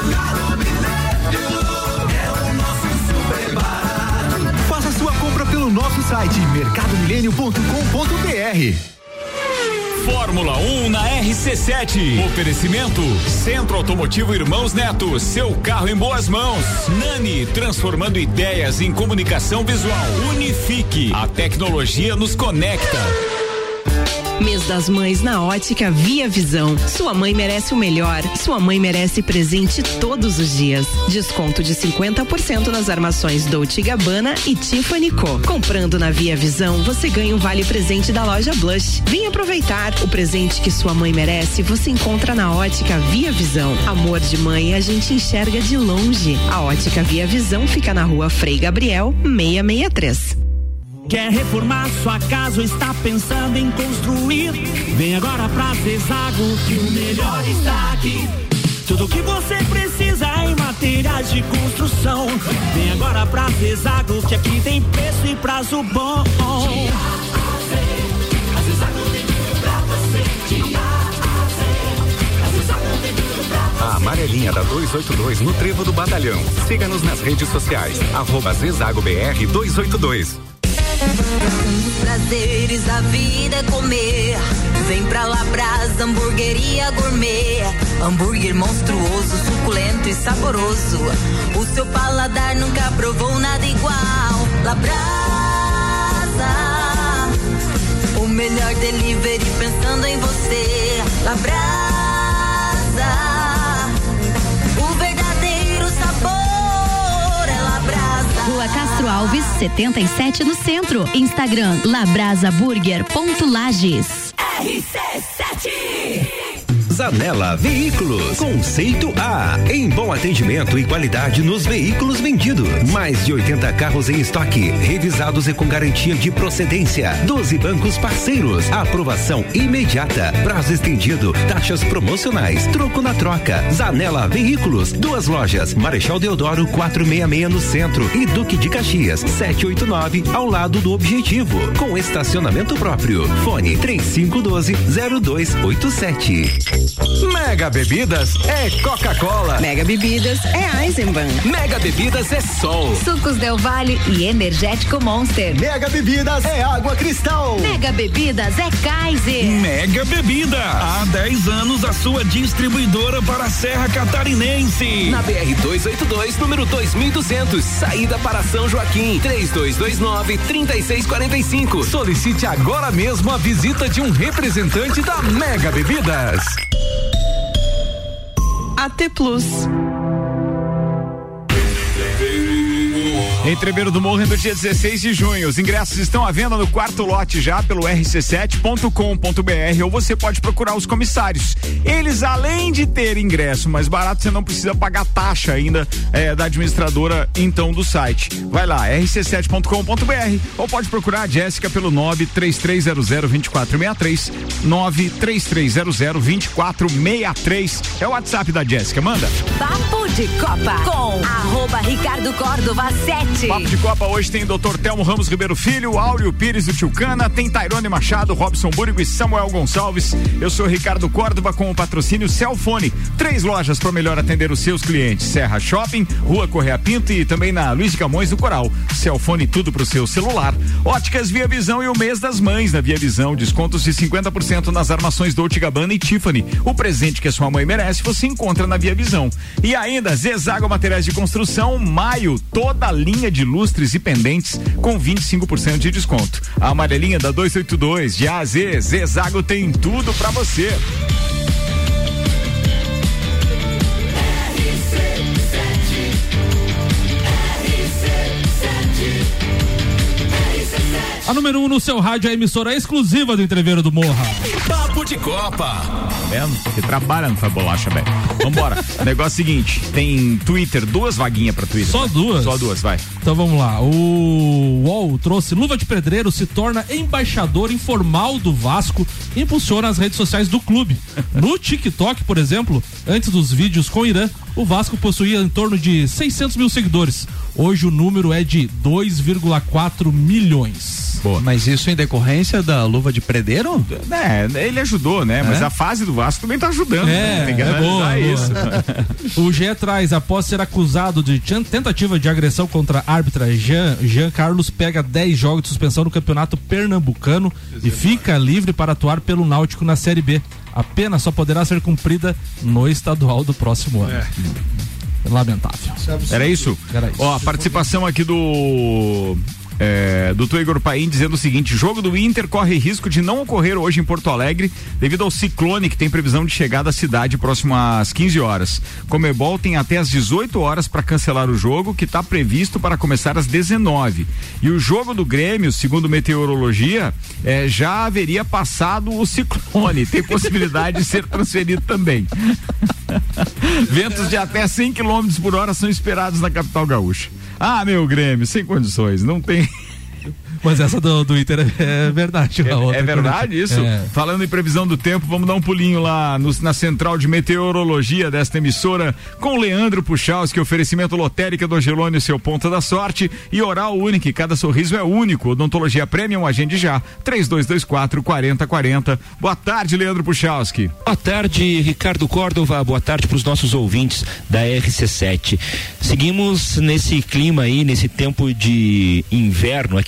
Faça sua compra pelo nosso site mercadomilênio.com.br. Fórmula 1 na RC7. Oferecimento Centro Automotivo Irmãos Neto, seu carro em boas mãos. Nani, transformando ideias em comunicação visual. Unifique, a tecnologia nos conecta. Mês das Mães na Ótica Via Visão. Sua mãe merece o melhor. Sua mãe merece presente todos os dias. Desconto de 50% nas armações Dolce & Gabbana e Tiffany Co. Comprando na Via Visão, você ganha um vale presente da loja Blush. Vem aproveitar. O presente que sua mãe merece, você encontra na Ótica Via Visão. Amor de mãe a gente enxerga de longe. A Ótica Via Visão fica na Rua Frei Gabriel, 663. Quer reformar sua casa ou está pensando em construir? Vem agora pra Zezago, que o melhor está aqui. Tudo que você precisa em materiais de construção. Vem agora pra Zezago, que aqui tem preço e prazo bom. A amarelinha da 282 no Trevo do Batalhão. Siga-nos nas redes sociais. @ZezagoBR 282. Um dos prazeres da vida é comer. Vem pra Labrasa, hamburgueria gourmet. Hambúrguer monstruoso, suculento e saboroso. O seu paladar nunca provou nada igual. Labrasa, o melhor delivery pensando em você. Labrasa, o verdadeiro sabor é Labrasa. Rua Castro Alves, 77 no centro. Instagram labrasaburger.lages. RC7 Zanela Veículos, conceito A, em bom atendimento e qualidade nos veículos vendidos. Mais de 80 carros em estoque, revisados e com garantia de procedência. 12 bancos parceiros, aprovação imediata, prazo estendido, taxas promocionais, troco na troca. Zanela Veículos, 2 lojas, Marechal Deodoro 466 no centro e Duque de Caxias 789 ao lado do Objetivo, com estacionamento próprio. Fone 3512-0287. Mega Bebidas é Coca-Cola. Mega Bebidas é Eisenbahn. Mega Bebidas é Sol. Sucos Del Valle e Energético Monster. Mega Bebidas é Água Cristal. Mega Bebidas é Kaiser. Mega Bebida, há 10 anos a sua distribuidora para a Serra Catarinense. Na BR-282, número 2200, saída para São Joaquim, 3229-3645. Solicite agora mesmo a visita de um representante da Mega Bebidas. AT Plus. Em Treveiro do Morro, no dia 16 de junho. Os ingressos estão à venda no quarto lote já pelo rc7.com.br ou você pode procurar os comissários. Eles, além de ter ingresso mais barato, você não precisa pagar taxa ainda da administradora, então, do site. Vai lá, rc7.com.br ou pode procurar a Jéssica pelo 933002463, 933002463. É o WhatsApp da Jéssica, manda. Papo de Copa com @Ricardo Córdova 7. Papo de Copa hoje tem Dr. Telmo Ramos Ribeiro Filho, Áureo Pires do Tilcana, tem Tairone Machado, Robson Búrigo e Samuel Gonçalves. Eu sou Ricardo Córdova com o patrocínio Celfone. 3 lojas para melhor atender os seus clientes: Serra Shopping, Rua Correia Pinto e também na Luiz de Camões do Coral. Celfone, tudo pro seu celular. Óticas Via Visão e o mês das mães na Via Visão. Descontos de 50% nas armações Dolce & Gabbana e Tiffany. O presente que a sua mãe merece você encontra na Via Visão. E ainda Zezago Materiais de Construção, maio, toda a linha de lustres e pendentes com 25% de desconto. A amarelinha da 282 de A a Z, Zezago tem tudo pra você. A número 1 no seu rádio é a emissora exclusiva do Entreveiro do Morra. Papo de Copa. Vendo? Que trabalha não faz bolacha, velho. Vambora. Negócio seguinte, tem Twitter, 2 vaguinhas pra Twitter. Só 2? Só 2, vai. Então vamos lá. O UOL trouxe: Luva de Pedreiro se torna embaixador informal do Vasco e impulsiona as redes sociais do clube. No TikTok, por exemplo, antes dos vídeos com o Irã, o Vasco possuía em torno de 600 mil seguidores. Hoje o número é de 2,4 milhões. Boa. Mas isso em decorrência da luva de predeiro? Ele ajudou, né? Mas a fase do Vasco também tá ajudando. Tem que analisar isso. O GE traz: após ser acusado de tentativa de agressão contra a árbitra Jean Carlos pega 10 jogos de suspensão no campeonato pernambucano e fica livre para atuar pelo Náutico na Série B. A pena só poderá ser cumprida no estadual do próximo ano. Lamentável. Era isso? Ó, a participação aqui do Igor Paim dizendo o seguinte: jogo do Inter corre risco de não ocorrer hoje em Porto Alegre devido ao ciclone que tem previsão de chegada à cidade próximo às 15 horas. Comebol tem até às 18 horas para cancelar o jogo, que está previsto para começar às 19. E o jogo do Grêmio, segundo meteorologia, já haveria passado o ciclone, tem possibilidade de ser transferido também. Ventos de até 100 km por hora são esperados na capital gaúcha. Ah, meu Grêmio, sem condições, não tem. Mas essa do Inter é verdade. É verdade isso? Falando em previsão do tempo, vamos dar um pulinho lá na central de meteorologia desta emissora com Leandro Puchalski, oferecimento lotérica do Angelone, seu ponto da sorte, e Oral Unique, cada sorriso é único. Odontologia Premium, agende já, 3224-4040. Boa tarde, Leandro Puchalski. Boa tarde, Ricardo Córdova, boa tarde para os nossos ouvintes da RC7. Seguimos nesse clima aí, nesse tempo de inverno aqui na Serra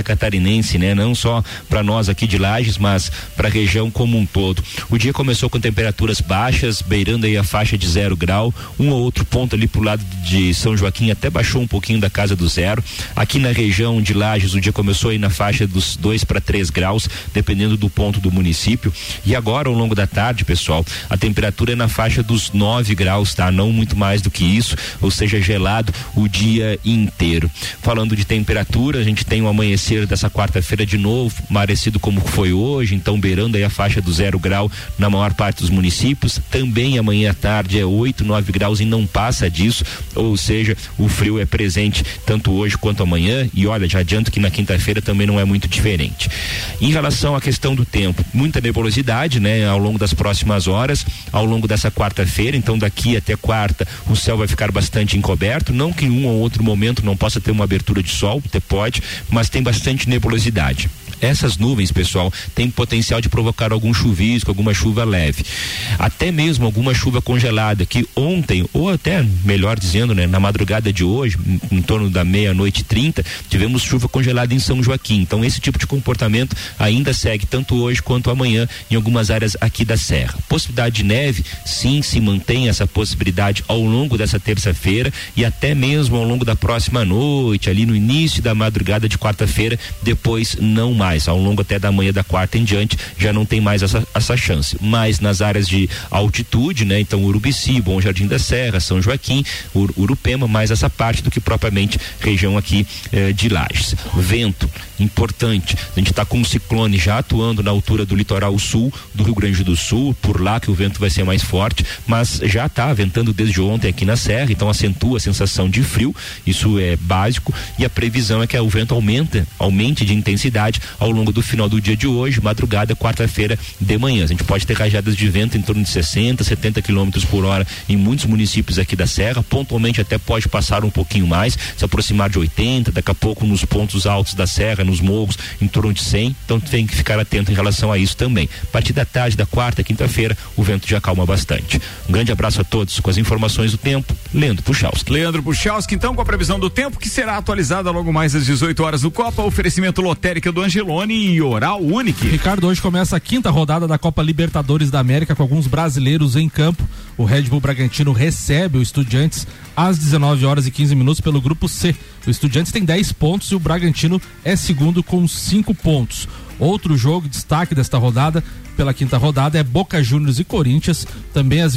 Serra Catarinense, né? Não só para nós aqui de Lages, mas para a região como um todo. O dia começou com temperaturas baixas, beirando aí a faixa de 0 grau, um ou outro ponto ali pro lado de São Joaquim até baixou um pouquinho da casa do zero. Aqui na região de Lages o dia começou aí na faixa dos 2 para 3 graus, dependendo do ponto do município. E agora, ao longo da tarde, pessoal, a temperatura é na faixa dos 9 graus, tá? Não muito mais do que isso, ou seja, gelado o dia inteiro. Falando de temperatura, a gente tem o amanhecer dessa quarta-feira de novo, parecido como foi hoje, então beirando aí a faixa do 0 grau na maior parte dos municípios. Também amanhã à tarde é 8, 9 graus e não passa disso, ou seja, o frio é presente tanto hoje quanto amanhã. E olha, já adianto que na quinta-feira também não é muito diferente. Em relação à questão do tempo, muita nebulosidade, né, ao longo das próximas horas, ao longo dessa quarta-feira. Então daqui até quarta o céu vai ficar bastante encoberto, não que em um ou outro momento não possa ter uma abertura de sol, até pode, mas tem bastante nebulosidade. Essas nuvens, pessoal, têm potencial de provocar algum chuvisco, alguma chuva leve, até mesmo alguma chuva congelada, que ontem, ou até melhor dizendo, né, na madrugada de hoje, em torno da 00:30, tivemos chuva congelada em São Joaquim. Então esse tipo de comportamento ainda segue tanto hoje quanto amanhã em algumas áreas aqui da Serra. Possibilidade de neve, sim, se mantém essa possibilidade ao longo dessa terça-feira e até mesmo ao longo da próxima noite, ali no início da madrugada de quarta-feira, depois não mais. Ao longo até da manhã da quarta em diante já não tem mais essa chance. Mas nas áreas de altitude, né? Então Urubici, Bom Jardim da Serra, São Joaquim, Urupema, mais essa parte do que propriamente região aqui de Lages. Vento, importante. A gente está com um ciclone já atuando na altura do litoral sul do Rio Grande do Sul, por lá que o vento vai ser mais forte, mas já está ventando desde ontem aqui na Serra, então acentua a sensação de frio, isso é básico, e a previsão é que o vento aumente de intensidade ao longo do final do dia de hoje, madrugada, quarta-feira de manhã. A gente pode ter rajadas de vento em torno de 60, 70 km por hora em muitos municípios aqui da Serra, pontualmente até pode passar um pouquinho mais, se aproximar de 80, daqui a pouco nos pontos altos da Serra, nos morros, em torno de 100, então tem que ficar atento em relação a isso também. A partir da tarde da quarta, quinta-feira, o vento já calma bastante. Um grande abraço a todos com as informações do tempo. Leandro Puchalski, então, com a previsão do tempo que será atualizada logo mais às 18 horas do Copa, oferecimento lotérica do Angelone e Oral Unique. Ricardo, hoje começa a 5ª rodada da Copa Libertadores da América com alguns brasileiros em campo. O Red Bull Bragantino recebe o Estudiantes às 19h15 pelo grupo C. O Estudiantes tem 10 pontos e o Bragantino é segundo com 5 pontos. Outro jogo, destaque desta rodada, pela 5ª rodada, é Boca Juniors e Corinthians, também às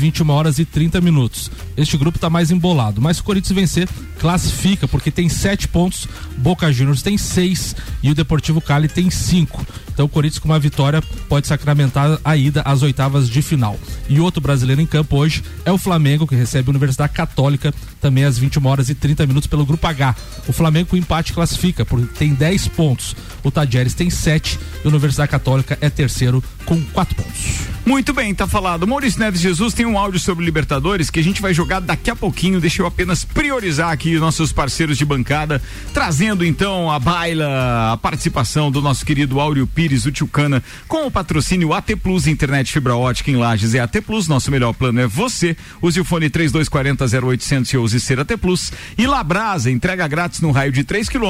21h30. Este grupo está mais embolado, mas se o Corinthians vencer, classifica, porque tem 7 pontos, Boca Juniors tem 6 e o Deportivo Cali tem 5. Então o Corinthians, com uma vitória, pode sacramentar a ida às oitavas de final. E outro brasileiro em campo hoje é o Flamengo, que recebe a Universidade Católica, também às 21h30 pelo grupo H. O Flamengo com empate classifica, porque tem 10 pontos. O Tadieres tem 7 e a Universidade Católica é terceiro com 4 pontos. Muito bem, tá falado. Maurício Neves Jesus tem um áudio sobre Libertadores que a gente vai jogar daqui a pouquinho. Deixa eu apenas priorizar aqui nossos parceiros de bancada, trazendo então a baila, a participação do nosso querido Áureo Pires, do Tchucana, com o patrocínio AT Plus, internet fibra ótica em Lages é AT Plus, nosso melhor plano é você. Use o fone 3240-0800 e use ser AT Plus. E Labrasa, entrega grátis no raio de 3 km,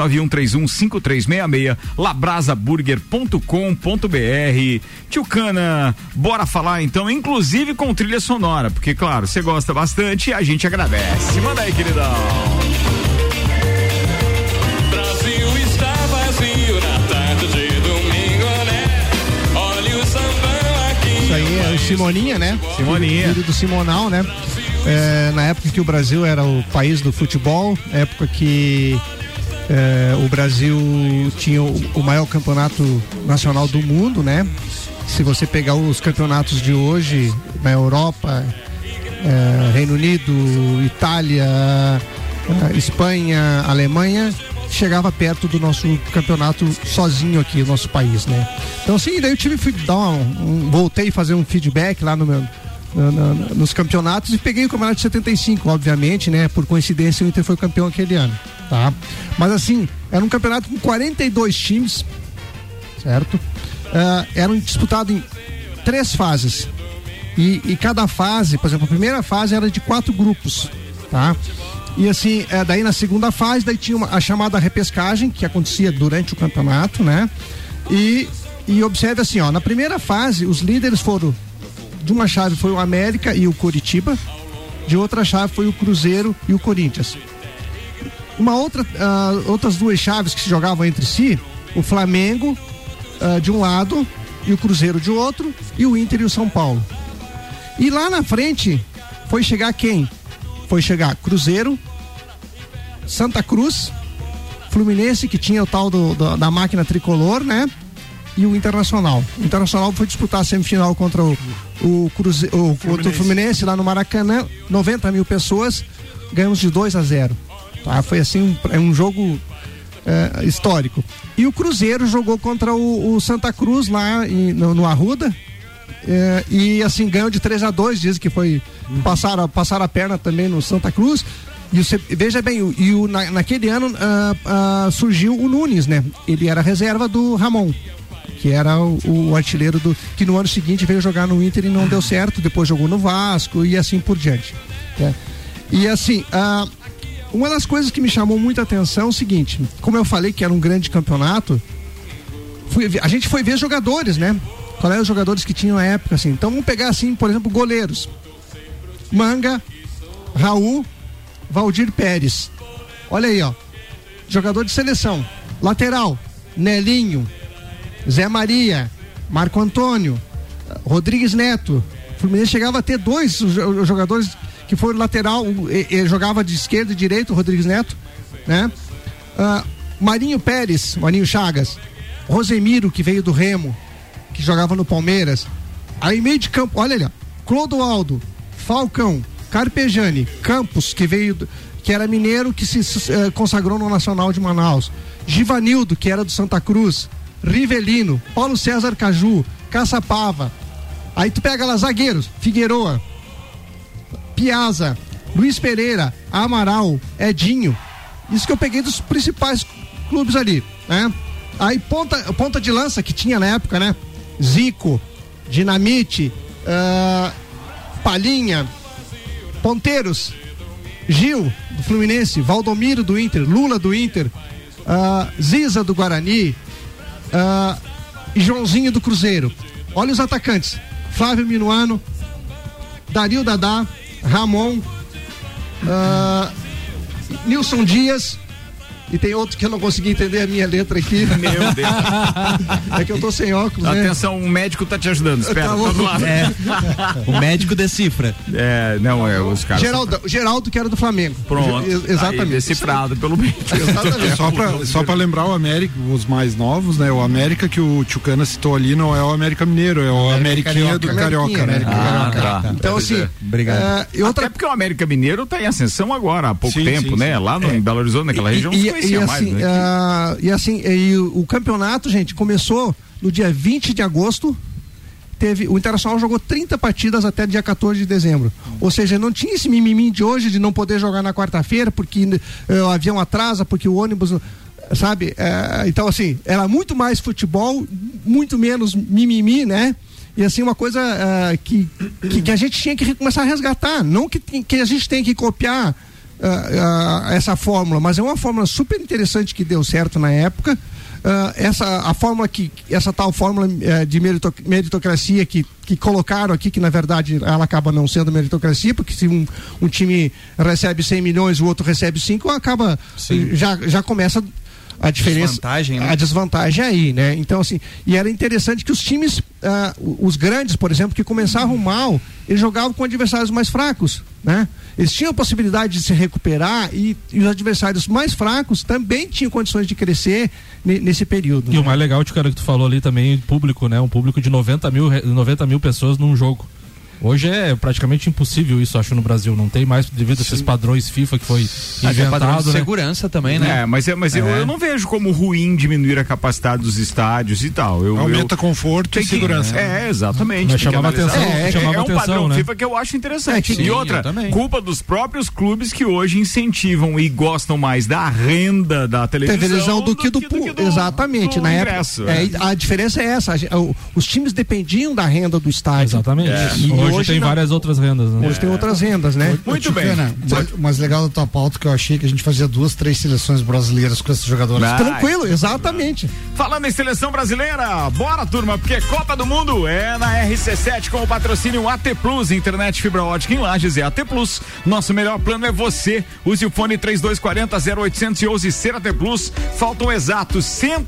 9131-5366, labrasaburger.com.br. Tchucana, bora falar então, inclusive com trilha sonora, porque claro, você gosta bastante e a gente agradece. Manda aí, queridão. Brasil está vazio na tarde de domingo, né? Olha o sambão aqui. Isso aí é o Simoninha, né? Simoninha. Filho do Simonal, né? Na época que o Brasil era o país do futebol, época que o Brasil tinha o maior campeonato nacional do mundo, né? Se você pegar os campeonatos de hoje na Europa, Reino Unido, Itália, Espanha, Alemanha, chegava perto do nosso campeonato sozinho aqui, nosso país, né? Então assim, daí eu tive que dar voltei a fazer um feedback lá nos campeonatos e peguei o campeonato de 75, obviamente, né? Por coincidência o Inter foi campeão aquele ano, tá? Mas assim, era um campeonato com 42 times, certo? Eram disputados em 3 fases e cada fase, por exemplo, a primeira fase era de 4 grupos, tá? E assim, daí na segunda fase, daí tinha a chamada repescagem, que acontecia durante o campeonato, né? E observe assim, ó, na primeira fase, os líderes foram, de uma chave foi o América e o Coritiba, de outra chave foi o Cruzeiro e o Corinthians. Outras duas chaves que se jogavam entre si, o Flamengo de um lado e o Cruzeiro de outro, e o Inter e o São Paulo. E lá na frente foi chegar quem? Foi chegar Cruzeiro, Santa Cruz, Fluminense, que tinha o tal da máquina tricolor, né? E o Internacional. O Internacional foi disputar a semifinal contra o Fluminense lá no Maracanã, 90 mil pessoas, ganhamos de 2-0. Tá? Foi assim, um jogo histórico. E o Cruzeiro jogou contra o Santa Cruz lá no Arruda, e assim ganhou de 3-2, diz que foi passar a perna também no Santa Cruz. E veja bem, naquele ano surgiu o Nunes, né? Ele era reserva do Ramon, que era o artilheiro que no ano seguinte veio jogar no Inter e não deu certo, depois jogou no Vasco e assim por diante, né? E assim, uma das coisas que me chamou muita atenção é o seguinte: como eu falei que era um grande campeonato, a gente foi ver jogadores, né? Qual eram os jogadores que tinham na época, assim. Então vamos pegar assim, por exemplo, goleiros: Manga, Raul, Valdir Pérez. Olha aí, ó. Jogador de seleção. Lateral: Nelinho, Zé Maria, Marco Antônio, Rodrigues Neto. O Fluminense chegava a ter 2 jogadores que foram lateral, jogava de esquerda e direito, o Rodrigues Neto, né? Marinho Pérez, Marinho Chagas, Rosemiro, que veio do Remo, que jogava no Palmeiras. Aí meio de campo, olha ali, Clodoaldo, Falcão, Carpejani, Campos, que era mineiro, que se consagrou no Nacional de Manaus, Givanildo, que era do Santa Cruz, Rivelino, Paulo César Caju, Caçapava. Aí tu pega lá zagueiros: Figueroa, Piazza, Luiz Pereira, Amaral, Edinho. Isso que eu peguei dos principais clubes ali, né? Aí ponta de lança que tinha na época, né? Zico, Dinamite, Palhinha, ponteiros: Gil, do Fluminense, Valdomiro, do Inter, Lula, do Inter, Ziza, do Guarani, e Joãozinho, do Cruzeiro. Olha os atacantes: Flávio Minuano, Dario Dadá, Ramon, Nilson Dias, e tem outro que eu não consegui entender a minha letra aqui. Meu Deus. É que eu tô sem óculos, né? Atenção, um médico tá te ajudando, espera, tá do lado. O médico decifra. Os caras. Geraldo, que era do Flamengo. Pronto. Exatamente. Aí, decifrado pelo médico. Exatamente. Só pra lembrar o América, os mais novos, né? O América que o Tchucana citou ali não é o América Mineiro, é o Ameriquinha do Carioca, né? Tá. Então assim, obrigado. Até porque o América Mineiro tá em ascensão agora, há pouco tempo, né? Lá em Belo Horizonte, naquela região, não se conhecia mais, né? O campeonato, gente, começou no dia 20 de agosto. O Internacional jogou 30 partidas até dia 14 de dezembro. Ou seja, não tinha esse mimimi de hoje de não poder jogar na quarta-feira porque o avião atrasa, porque o ônibus, sabe? Então, assim, era muito mais futebol, muito menos mimimi, né? E assim, uma coisa que a gente tinha que começar a resgatar. Não que a gente tem que copiar essa fórmula, mas é uma fórmula super interessante que deu certo na época. Essa tal fórmula de meritocracia que colocaram aqui, que na verdade ela acaba não sendo meritocracia, porque se um time recebe 100 milhões, o outro recebe 5, acaba, já começa a diferença, a desvantagem aí, né? Então assim, e era interessante que os times, os grandes, por exemplo, que começavam mal, eles jogavam com adversários mais fracos, né? Eles tinham a possibilidade de se recuperar e os adversários mais fracos também tinham condições de crescer nesse período. E o mais legal, cara, que tu falou ali também, público, né? Um público de 90 mil pessoas num jogo. Hoje é praticamente impossível isso, acho, no Brasil. Não tem mais, devido a esses padrões FIFA que foi inventado, padrão de né? segurança também, né? Mas eu não vejo como ruim diminuir a capacidade dos estádios e tal. Aumenta conforto e segurança. Exatamente. Mas chamava atenção. É um padrão, né? FIFA que eu acho interessante. Sim, e outra, culpa dos próprios clubes que hoje incentivam e gostam mais da renda da televisão do que do exatamente, do na ingresso, época. A diferença é essa. Os times dependiam da renda do estádio. Exatamente. hoje tem várias outras rendas, né? Hoje tem outras rendas, né? Muito bem. Mas legal da tua pauta que eu achei que a gente fazia 2, 3 seleções brasileiras com esses jogadores. Tranquilo, exatamente. Falando em seleção brasileira, bora turma, porque Copa do Mundo é na RC7 com o patrocínio AT Plus, internet fibra ótica em Lages é AT Plus. Nosso melhor plano é você. Use o fone 3240-0811 ser AT Plus. Faltam exatos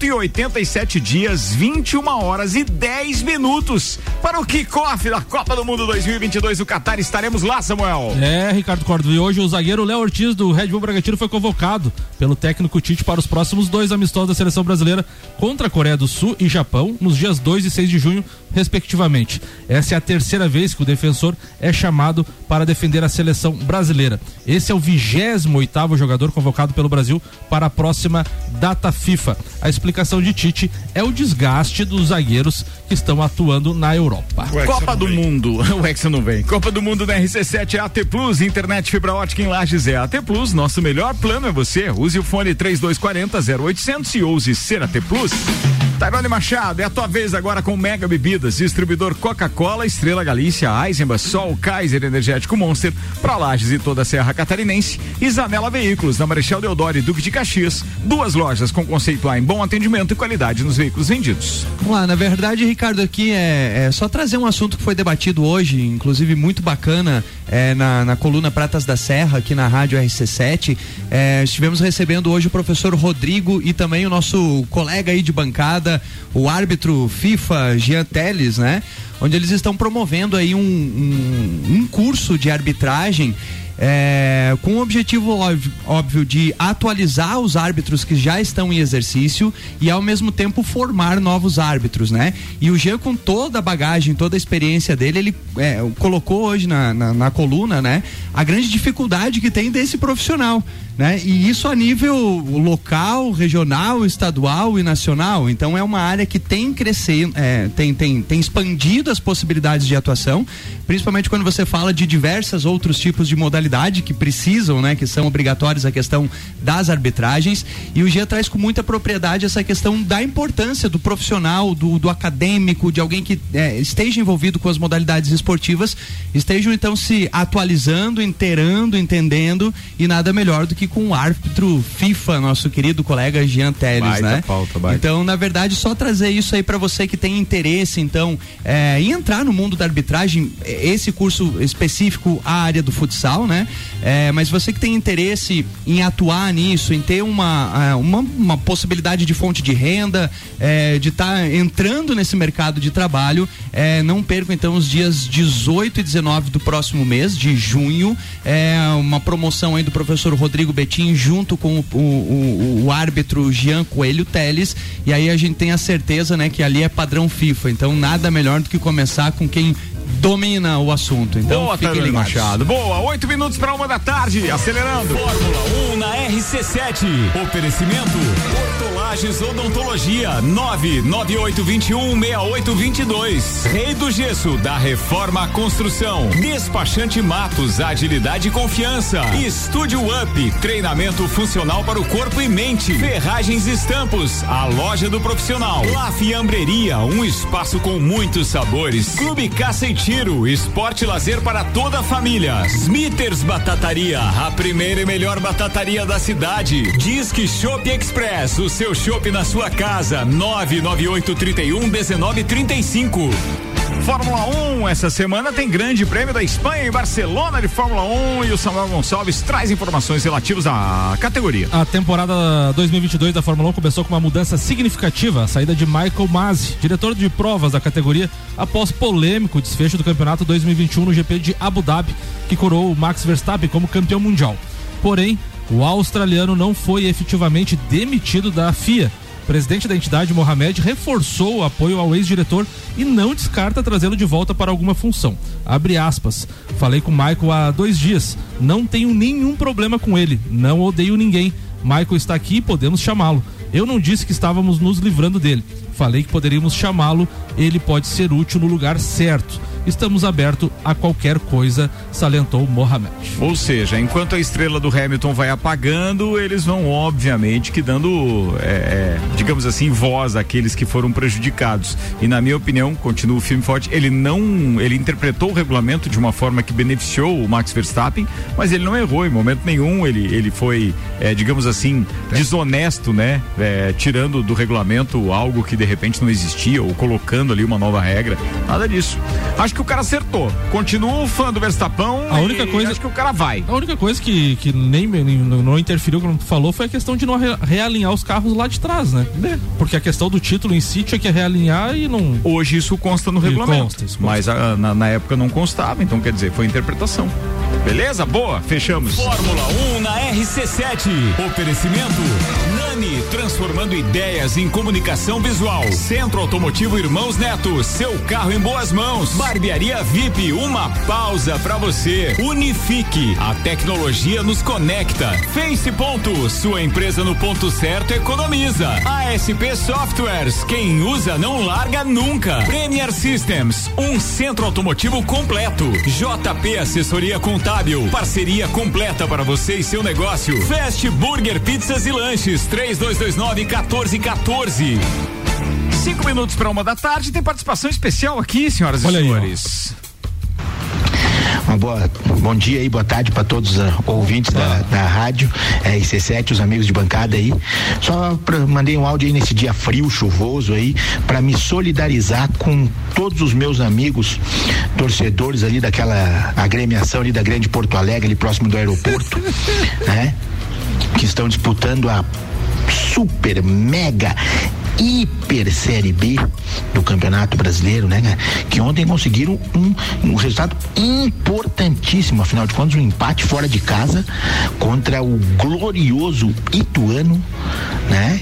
187 dias, 21 horas e 10 minutos para o kickoff da Copa do Mundo 2022 do Catar. Estaremos lá, Samuel. Ricardo Córdova, e hoje o zagueiro Léo Ortiz do Red Bull Bragantino foi convocado pelo técnico Tite para os próximos 2 amistosos da seleção brasileira contra a Coreia do Sul e Japão nos dias 2 e 6 de junho, respectivamente. Essa é a terceira vez que o defensor é chamado para defender a seleção brasileira. Esse é o 28º jogador convocado pelo Brasil para a próxima data FIFA. A explicação de Tite é o desgaste dos zagueiros que estão atuando na Europa. Copa do Mundo, o Hexa não vem. Copa do Mundo da RC7 é AT Plus, internet fibra ótica em Lages é AT Plus. Nosso melhor plano é você. Use o fone 3240-0800 e ouse ser AT Plus. Tairone Machado, é a tua vez agora com Mega Bebidas, distribuidor Coca-Cola, Estrela Galícia, Eisenbach, Sol, Kaiser, Energético Monster, pra Lages e toda a Serra Catarinense, e Zanela Veículos, na Marechal Deodoro e Duque de Caxias, 2 lojas com conceito A em bom atendimento e qualidade nos veículos vendidos. Vamos lá, na verdade, Ricardo, aqui é só trazer um assunto que foi debatido hoje, inclusive muito bacana, na coluna Pratas da Serra, aqui na Rádio RC7, estivemos recebendo hoje o professor Rodrigo e também o nosso colega aí de bancada, o árbitro FIFA Jean Teles, né? Onde eles estão promovendo aí um curso de arbitragem com o objetivo óbvio de atualizar os árbitros que já estão em exercício e ao mesmo tempo formar novos árbitros, né? E o Jean, com toda a bagagem, toda a experiência dele, ele colocou hoje na coluna, né? A grande dificuldade que tem desse profissional, né? E isso a nível local, regional, estadual e nacional. Então é uma área que tem crescido, tem expandido as possibilidades de atuação, principalmente quando você fala de diversos outros tipos de modalidade que precisam, né? Que são obrigatórios, a questão das arbitragens. E o Gia traz com muita propriedade essa questão da importância do profissional, do acadêmico, de alguém que esteja envolvido com as modalidades esportivas, estejam então se atualizando, inteirando, entendendo, e nada melhor do que com o árbitro FIFA, nosso querido colega Jean Teles, né? Então, na verdade, só trazer isso aí para você que tem interesse, então, em entrar no mundo da arbitragem, esse curso específico, a área do futsal, né? Mas você que tem interesse em atuar nisso, em ter uma possibilidade de fonte de renda, de estar entrando nesse mercado de trabalho, não percam então os dias 18 e 19 do próximo mês, de junho, uma promoção aí do professor Rodrigo Betim junto com o árbitro Jean Coelho Teles, e aí a gente tem a certeza, né, que ali é padrão FIFA, então nada melhor do que começar com quem domina o assunto. Então, boa, fiquem ligados. Machado. Boa, 8 minutos para 1 da tarde, acelerando. Fórmula 1 na RC7. Oferecimento Hortolagens Odontologia 998216822. Rei do Gesso, da Reforma Construção. Despachante Matos, agilidade e confiança. Estúdio Up, treinamento funcional para o corpo e mente. Ferragens Estampos, a loja do profissional. La Fiambreria, um espaço com muitos sabores. Clube Caça e Tiro, esporte e lazer para toda a família. Smithers Batataria, a primeira e melhor batataria da cidade. Disque Shop Express, o seu shopping na sua casa. 998311935. Fórmula 1, essa semana tem grande prêmio da Espanha em Barcelona de Fórmula 1 e o Samuel Gonçalves traz informações relativas à categoria. A temporada 2022 da Fórmula 1 começou com uma mudança significativa, a saída de Michael Masi, diretor de provas da categoria, após polêmico desfecho do campeonato 2021 no GP de Abu Dhabi, que coroou o Max Verstappen como campeão mundial. Porém, o australiano não foi efetivamente demitido da FIA. O presidente da entidade, Mohamed, reforçou o apoio ao ex-diretor e não descarta trazê-lo de volta para alguma função. Abre aspas. Falei com o Michael há 2 dias. Não tenho nenhum problema com ele. Não odeio ninguém. Michael está aqui e podemos chamá-lo. Eu não disse que estávamos nos livrando dele. Falei que poderíamos chamá-lo. Ele pode ser útil no lugar certo. estamos abertos a qualquer coisa, salientou Mohamed. Ou seja, enquanto a estrela do Hamilton vai apagando, eles vão obviamente que dando, digamos assim, voz àqueles que foram prejudicados. E na minha opinião, continua o filme forte, ele interpretou o regulamento de uma forma que beneficiou o Max Verstappen, mas ele não errou em momento nenhum, ele foi, digamos assim, desonesto, né? Tirando do regulamento algo que de repente não existia ou colocando ali uma nova regra, nada disso. Acho que o cara acertou. Continuo fã do Verstappen. A única coisa, acho que o cara vai. A única coisa que nem não interferiu, como tu falou, foi a questão de não realinhar os carros lá de trás, né? Porque a questão do título em si tinha que realinhar e não. Hoje isso consta no regulamento. Consta. Mas na época não constava, então quer dizer, foi interpretação. Beleza? Boa, fechamos. Fórmula 1 na RC7. Oferecimento Nani, transformando ideias em comunicação visual. Centro Automotivo Irmãos Neto, seu carro em boas mãos. Barbearia VIP, uma pausa pra você. Unifique, a tecnologia nos conecta. Face Ponto, sua empresa no ponto certo economiza. ASP Softwares, quem usa não larga nunca. Premier Systems, um centro automotivo completo. JP Assessoria Contábil, parceria completa para você e seu negócio. Fast Burger Pizzas e Lanches, 3229-1414. 5 minutos para 1h, tem participação especial aqui, senhoras e senhores. Bom dia aí, boa tarde para todos os ouvintes da rádio RC7, os amigos de bancada aí. Mandei um áudio aí nesse dia frio, chuvoso aí, para me solidarizar com todos os meus amigos torcedores ali daquela agremiação ali da Grande Porto Alegre, ali próximo do aeroporto, né? Que estão disputando a super mega hiper série B do Campeonato Brasileiro, né? Que ontem conseguiram um resultado importantíssimo, afinal de contas, um empate fora de casa contra o glorioso Ituano, né?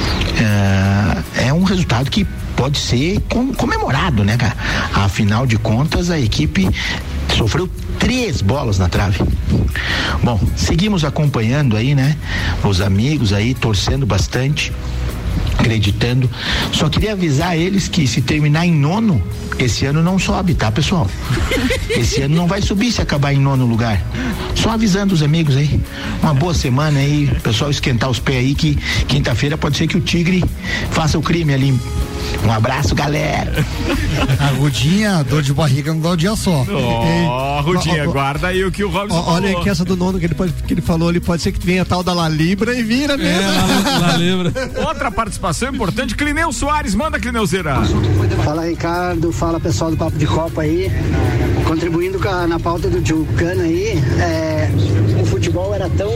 É um resultado que pode ser comemorado, né, cara? Afinal de contas, a equipe sofreu 3 bolas na trave. Bom, seguimos acompanhando aí, né? Os amigos aí, torcendo bastante, acreditando. Só queria avisar eles que se terminar em 9º, esse ano não sobe, tá, pessoal? Esse ano não vai subir se acabar em 9º lugar. Só avisando os amigos aí. Uma boa semana aí, pessoal, esquentar os pés aí, que quinta-feira pode ser que o Tigre faça o crime ali. Um abraço, galera. A Rudinha, dor de barriga não dá um dia só. Rudinha, guarda aí o que o Robson falou. Olha aqui essa do 9º que ele falou ali, pode ser que venha a tal da La Libra e vira mesmo. La Libra. Outra participação importante, Clineu Soares, manda, Clineuzeira. Fala, Ricardo, fala pessoal do Papo de Copa aí, contribuindo na pauta do Tchucana aí. O futebol era tão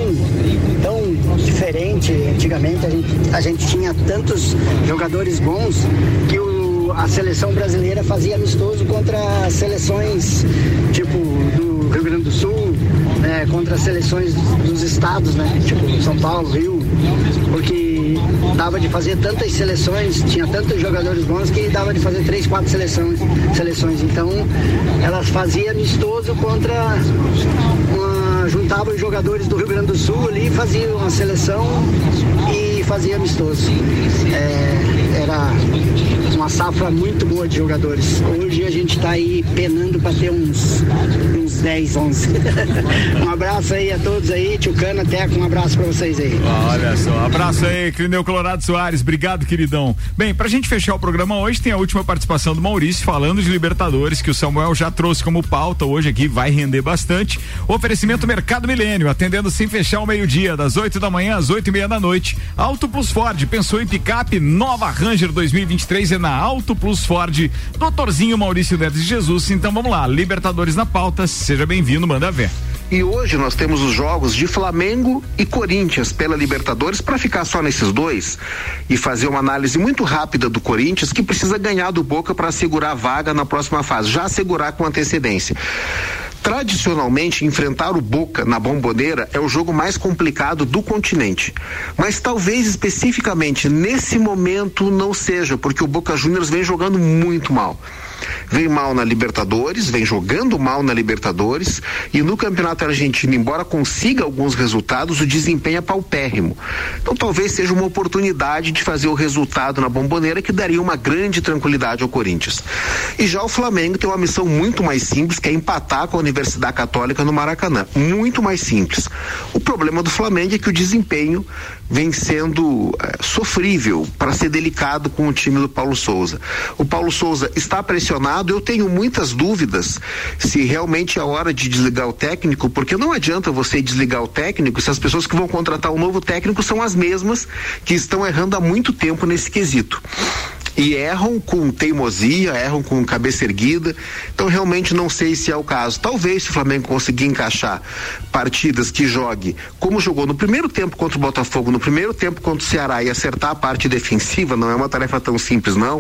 diferente antigamente, a gente tinha tantos jogadores bons que a seleção brasileira fazia amistoso contra seleções tipo do Rio Grande do Sul, contra as seleções dos estados, né? Tipo São Paulo, Rio, porque dava de fazer tantas seleções, tinha tantos jogadores bons que dava de fazer 3, 4 seleções. Então elas faziam amistoso contra juntavam os jogadores do Rio Grande do Sul ali, faziam uma seleção e fazia amistoso. Era uma safra muito boa de jogadores. Hoje a gente está aí penando para ter uns 10, 11. Um abraço aí a todos aí, Tchucana, Teco, um abraço para vocês aí. Olha só, abraço aí, Clineu Colorado Soares, obrigado, queridão. Bem, pra gente fechar o programa hoje, tem a última participação do Maurício falando de Libertadores, que o Samuel já trouxe como pauta hoje aqui, vai render bastante. Oferecimento Mercado Milênio, atendendo sem fechar ao meio-dia, das 8 da manhã às 8:30 da noite. Auto Plus Ford, pensou em picape? Nova Ranger 2023 é na Auto Plus Ford. Doutorzinho Maurício Neves de Jesus. Então vamos lá, Libertadores na pauta, seja bem-vindo, manda ver. E hoje nós temos os jogos de Flamengo e Corinthians pela Libertadores, para ficar só nesses dois e fazer uma análise muito rápida do Corinthians, que precisa ganhar do Boca para assegurar a vaga na próxima fase, já assegurar com antecedência. Tradicionalmente, enfrentar o Boca na Bomboneira é o jogo mais complicado do continente, mas talvez especificamente nesse momento não seja, porque o Boca Juniors vem jogando muito mal. Vem mal na Libertadores, vem jogando mal na Libertadores, e no Campeonato Argentino, embora consiga alguns resultados, o desempenho é paupérrimo. Então talvez seja uma oportunidade de fazer o resultado na Bombonera que daria uma grande tranquilidade ao Corinthians. E já o Flamengo tem uma missão muito mais simples, que é empatar com a Universidade Católica no Maracanã. Muito mais simples. O problema do Flamengo é que o desempenho vem sendo sofrível, para ser delicado, com o time do Paulo Souza. O Paulo Souza está pressionado, eu tenho muitas dúvidas se realmente é a hora de desligar o técnico, porque não adianta você desligar o técnico se as pessoas que vão contratar um novo técnico são as mesmas que estão errando há muito tempo nesse quesito. E erram com teimosia, erram com cabeça erguida. Então realmente não sei se é o caso. Talvez, se o Flamengo conseguir encaixar partidas que jogue como jogou no primeiro tempo contra o Botafogo, no primeiro tempo contra o Ceará, e acertar a parte defensiva, não é uma tarefa tão simples não,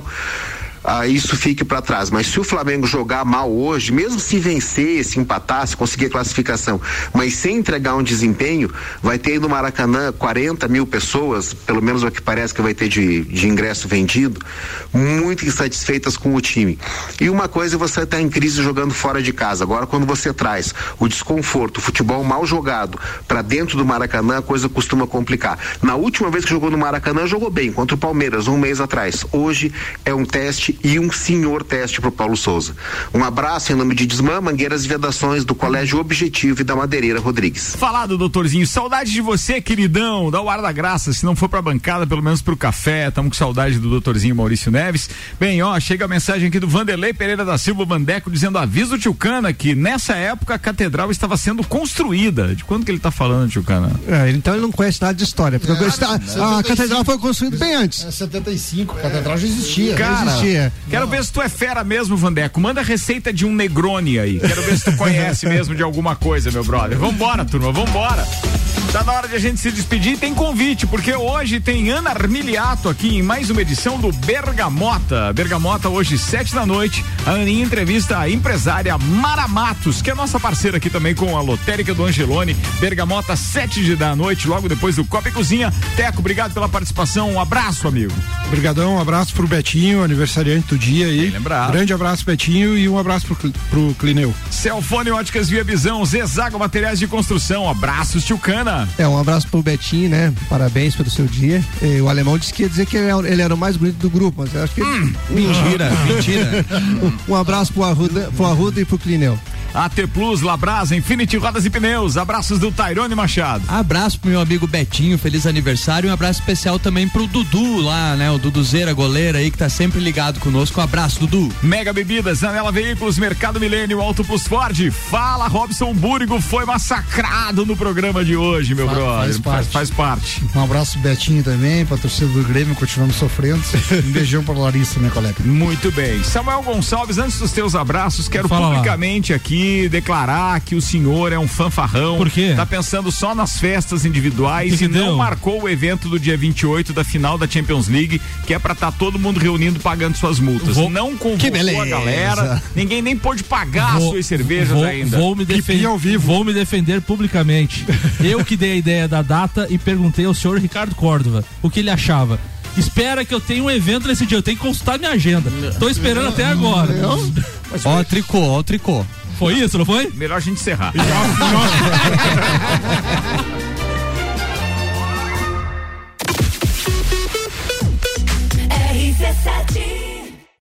isso fique para trás. Mas se o Flamengo jogar mal hoje, mesmo se vencer, se empatar, se conseguir a classificação, mas sem entregar um desempenho, vai ter aí no Maracanã 40 mil pessoas, pelo menos o que parece que vai ter de ingresso vendido, muito insatisfeitas com o time. E uma coisa é você estar em crise jogando fora de casa. Agora, quando você traz o desconforto, o futebol mal jogado para dentro do Maracanã, a coisa costuma complicar. Na última vez que jogou no Maracanã, jogou bem, contra o Palmeiras, um mês atrás. Hoje é um teste, e um senhor teste pro Paulo Souza. Um abraço em nome de Desmã, Mangueiras e Vedações, do Colégio Objetivo e da Madeireira Rodrigues. Falado, doutorzinho, saudade de você, queridão, dá o ar da graça, se não for pra bancada, pelo menos pro café, tamo com saudade do doutorzinho Maurício Neves. Bem, chega a mensagem aqui do Vanderlei Pereira da Silva Bandeco, dizendo: avisa o Tio Cana que nessa época a catedral estava sendo construída. De quando que ele tá falando, Tio Cana? Então ele não conhece nada de história, porque a catedral foi construída bem antes. 75, a catedral já existia. Cara, quero ver se tu é fera mesmo, Vandeco. Manda a receita de um Negroni aí. Quero ver se tu conhece mesmo de alguma coisa, meu brother. Vambora, turma, vambora. Tá na hora de a gente se despedir. Tem convite, porque hoje tem Ana Armiliato aqui em mais uma edição do Bergamota. Bergamota hoje, 19h. A Aninha entrevista a empresária Mara Matos, que é nossa parceira aqui também com a lotérica do Angelone. Bergamota, 19h, logo depois do Copa e Cozinha. Teco, obrigado pela participação. Um abraço, amigo. Obrigadão, um abraço pro Betinho, aniversariante do dia aí. Grande abraço, Betinho, e um abraço pro Clineu. Celfone Óticas Via Visão, Zezago Materiais de Construção. Abraços, Tio Cana. Um abraço pro Betinho, né? Parabéns pelo seu dia. O alemão disse que ia dizer que ele era o mais bonito do grupo, mas eu acho que mentira. Um abraço pro Arruda e pro Clineu. AT Plus, Labrasa, Infinity Rodas e Pneus. Abraços do Tairone Machado. Abraço pro meu amigo Betinho, feliz aniversário. Um abraço especial também pro Dudu lá, né? O Duduzeira, goleiro aí, que tá sempre ligado conosco. Um abraço, Dudu. Mega Bebidas, Zanela Veículos, Mercado Milênio, Auto Plus Ford. Fala, Robson Búrigo foi massacrado no programa de hoje, meu brother. Faz parte. Um abraço, Betinho, também, pra torcida do Grêmio, continuamos sofrendo. Um beijão pra Larissa, minha colega. Muito bem. Samuel Gonçalves, antes dos teus abraços, quero publicamente aqui declarar que o senhor é um fanfarrão. Por quê? Tá pensando só nas festas individuais e não marcou o evento do dia 28 da final da Champions League, que é pra estar todo mundo reunindo pagando suas multas. Não convocou a galera, ninguém nem pôde pagar as suas cervejas ainda. Vou me defender publicamente. Eu que dei a ideia da data e perguntei ao senhor Ricardo Córdova o que ele achava. Espera que eu tenho um evento nesse dia, eu tenho que consultar minha agenda. Tô esperando até agora. Ó, o tricô. Foi isso, não foi? Melhor a gente encerrar. RC7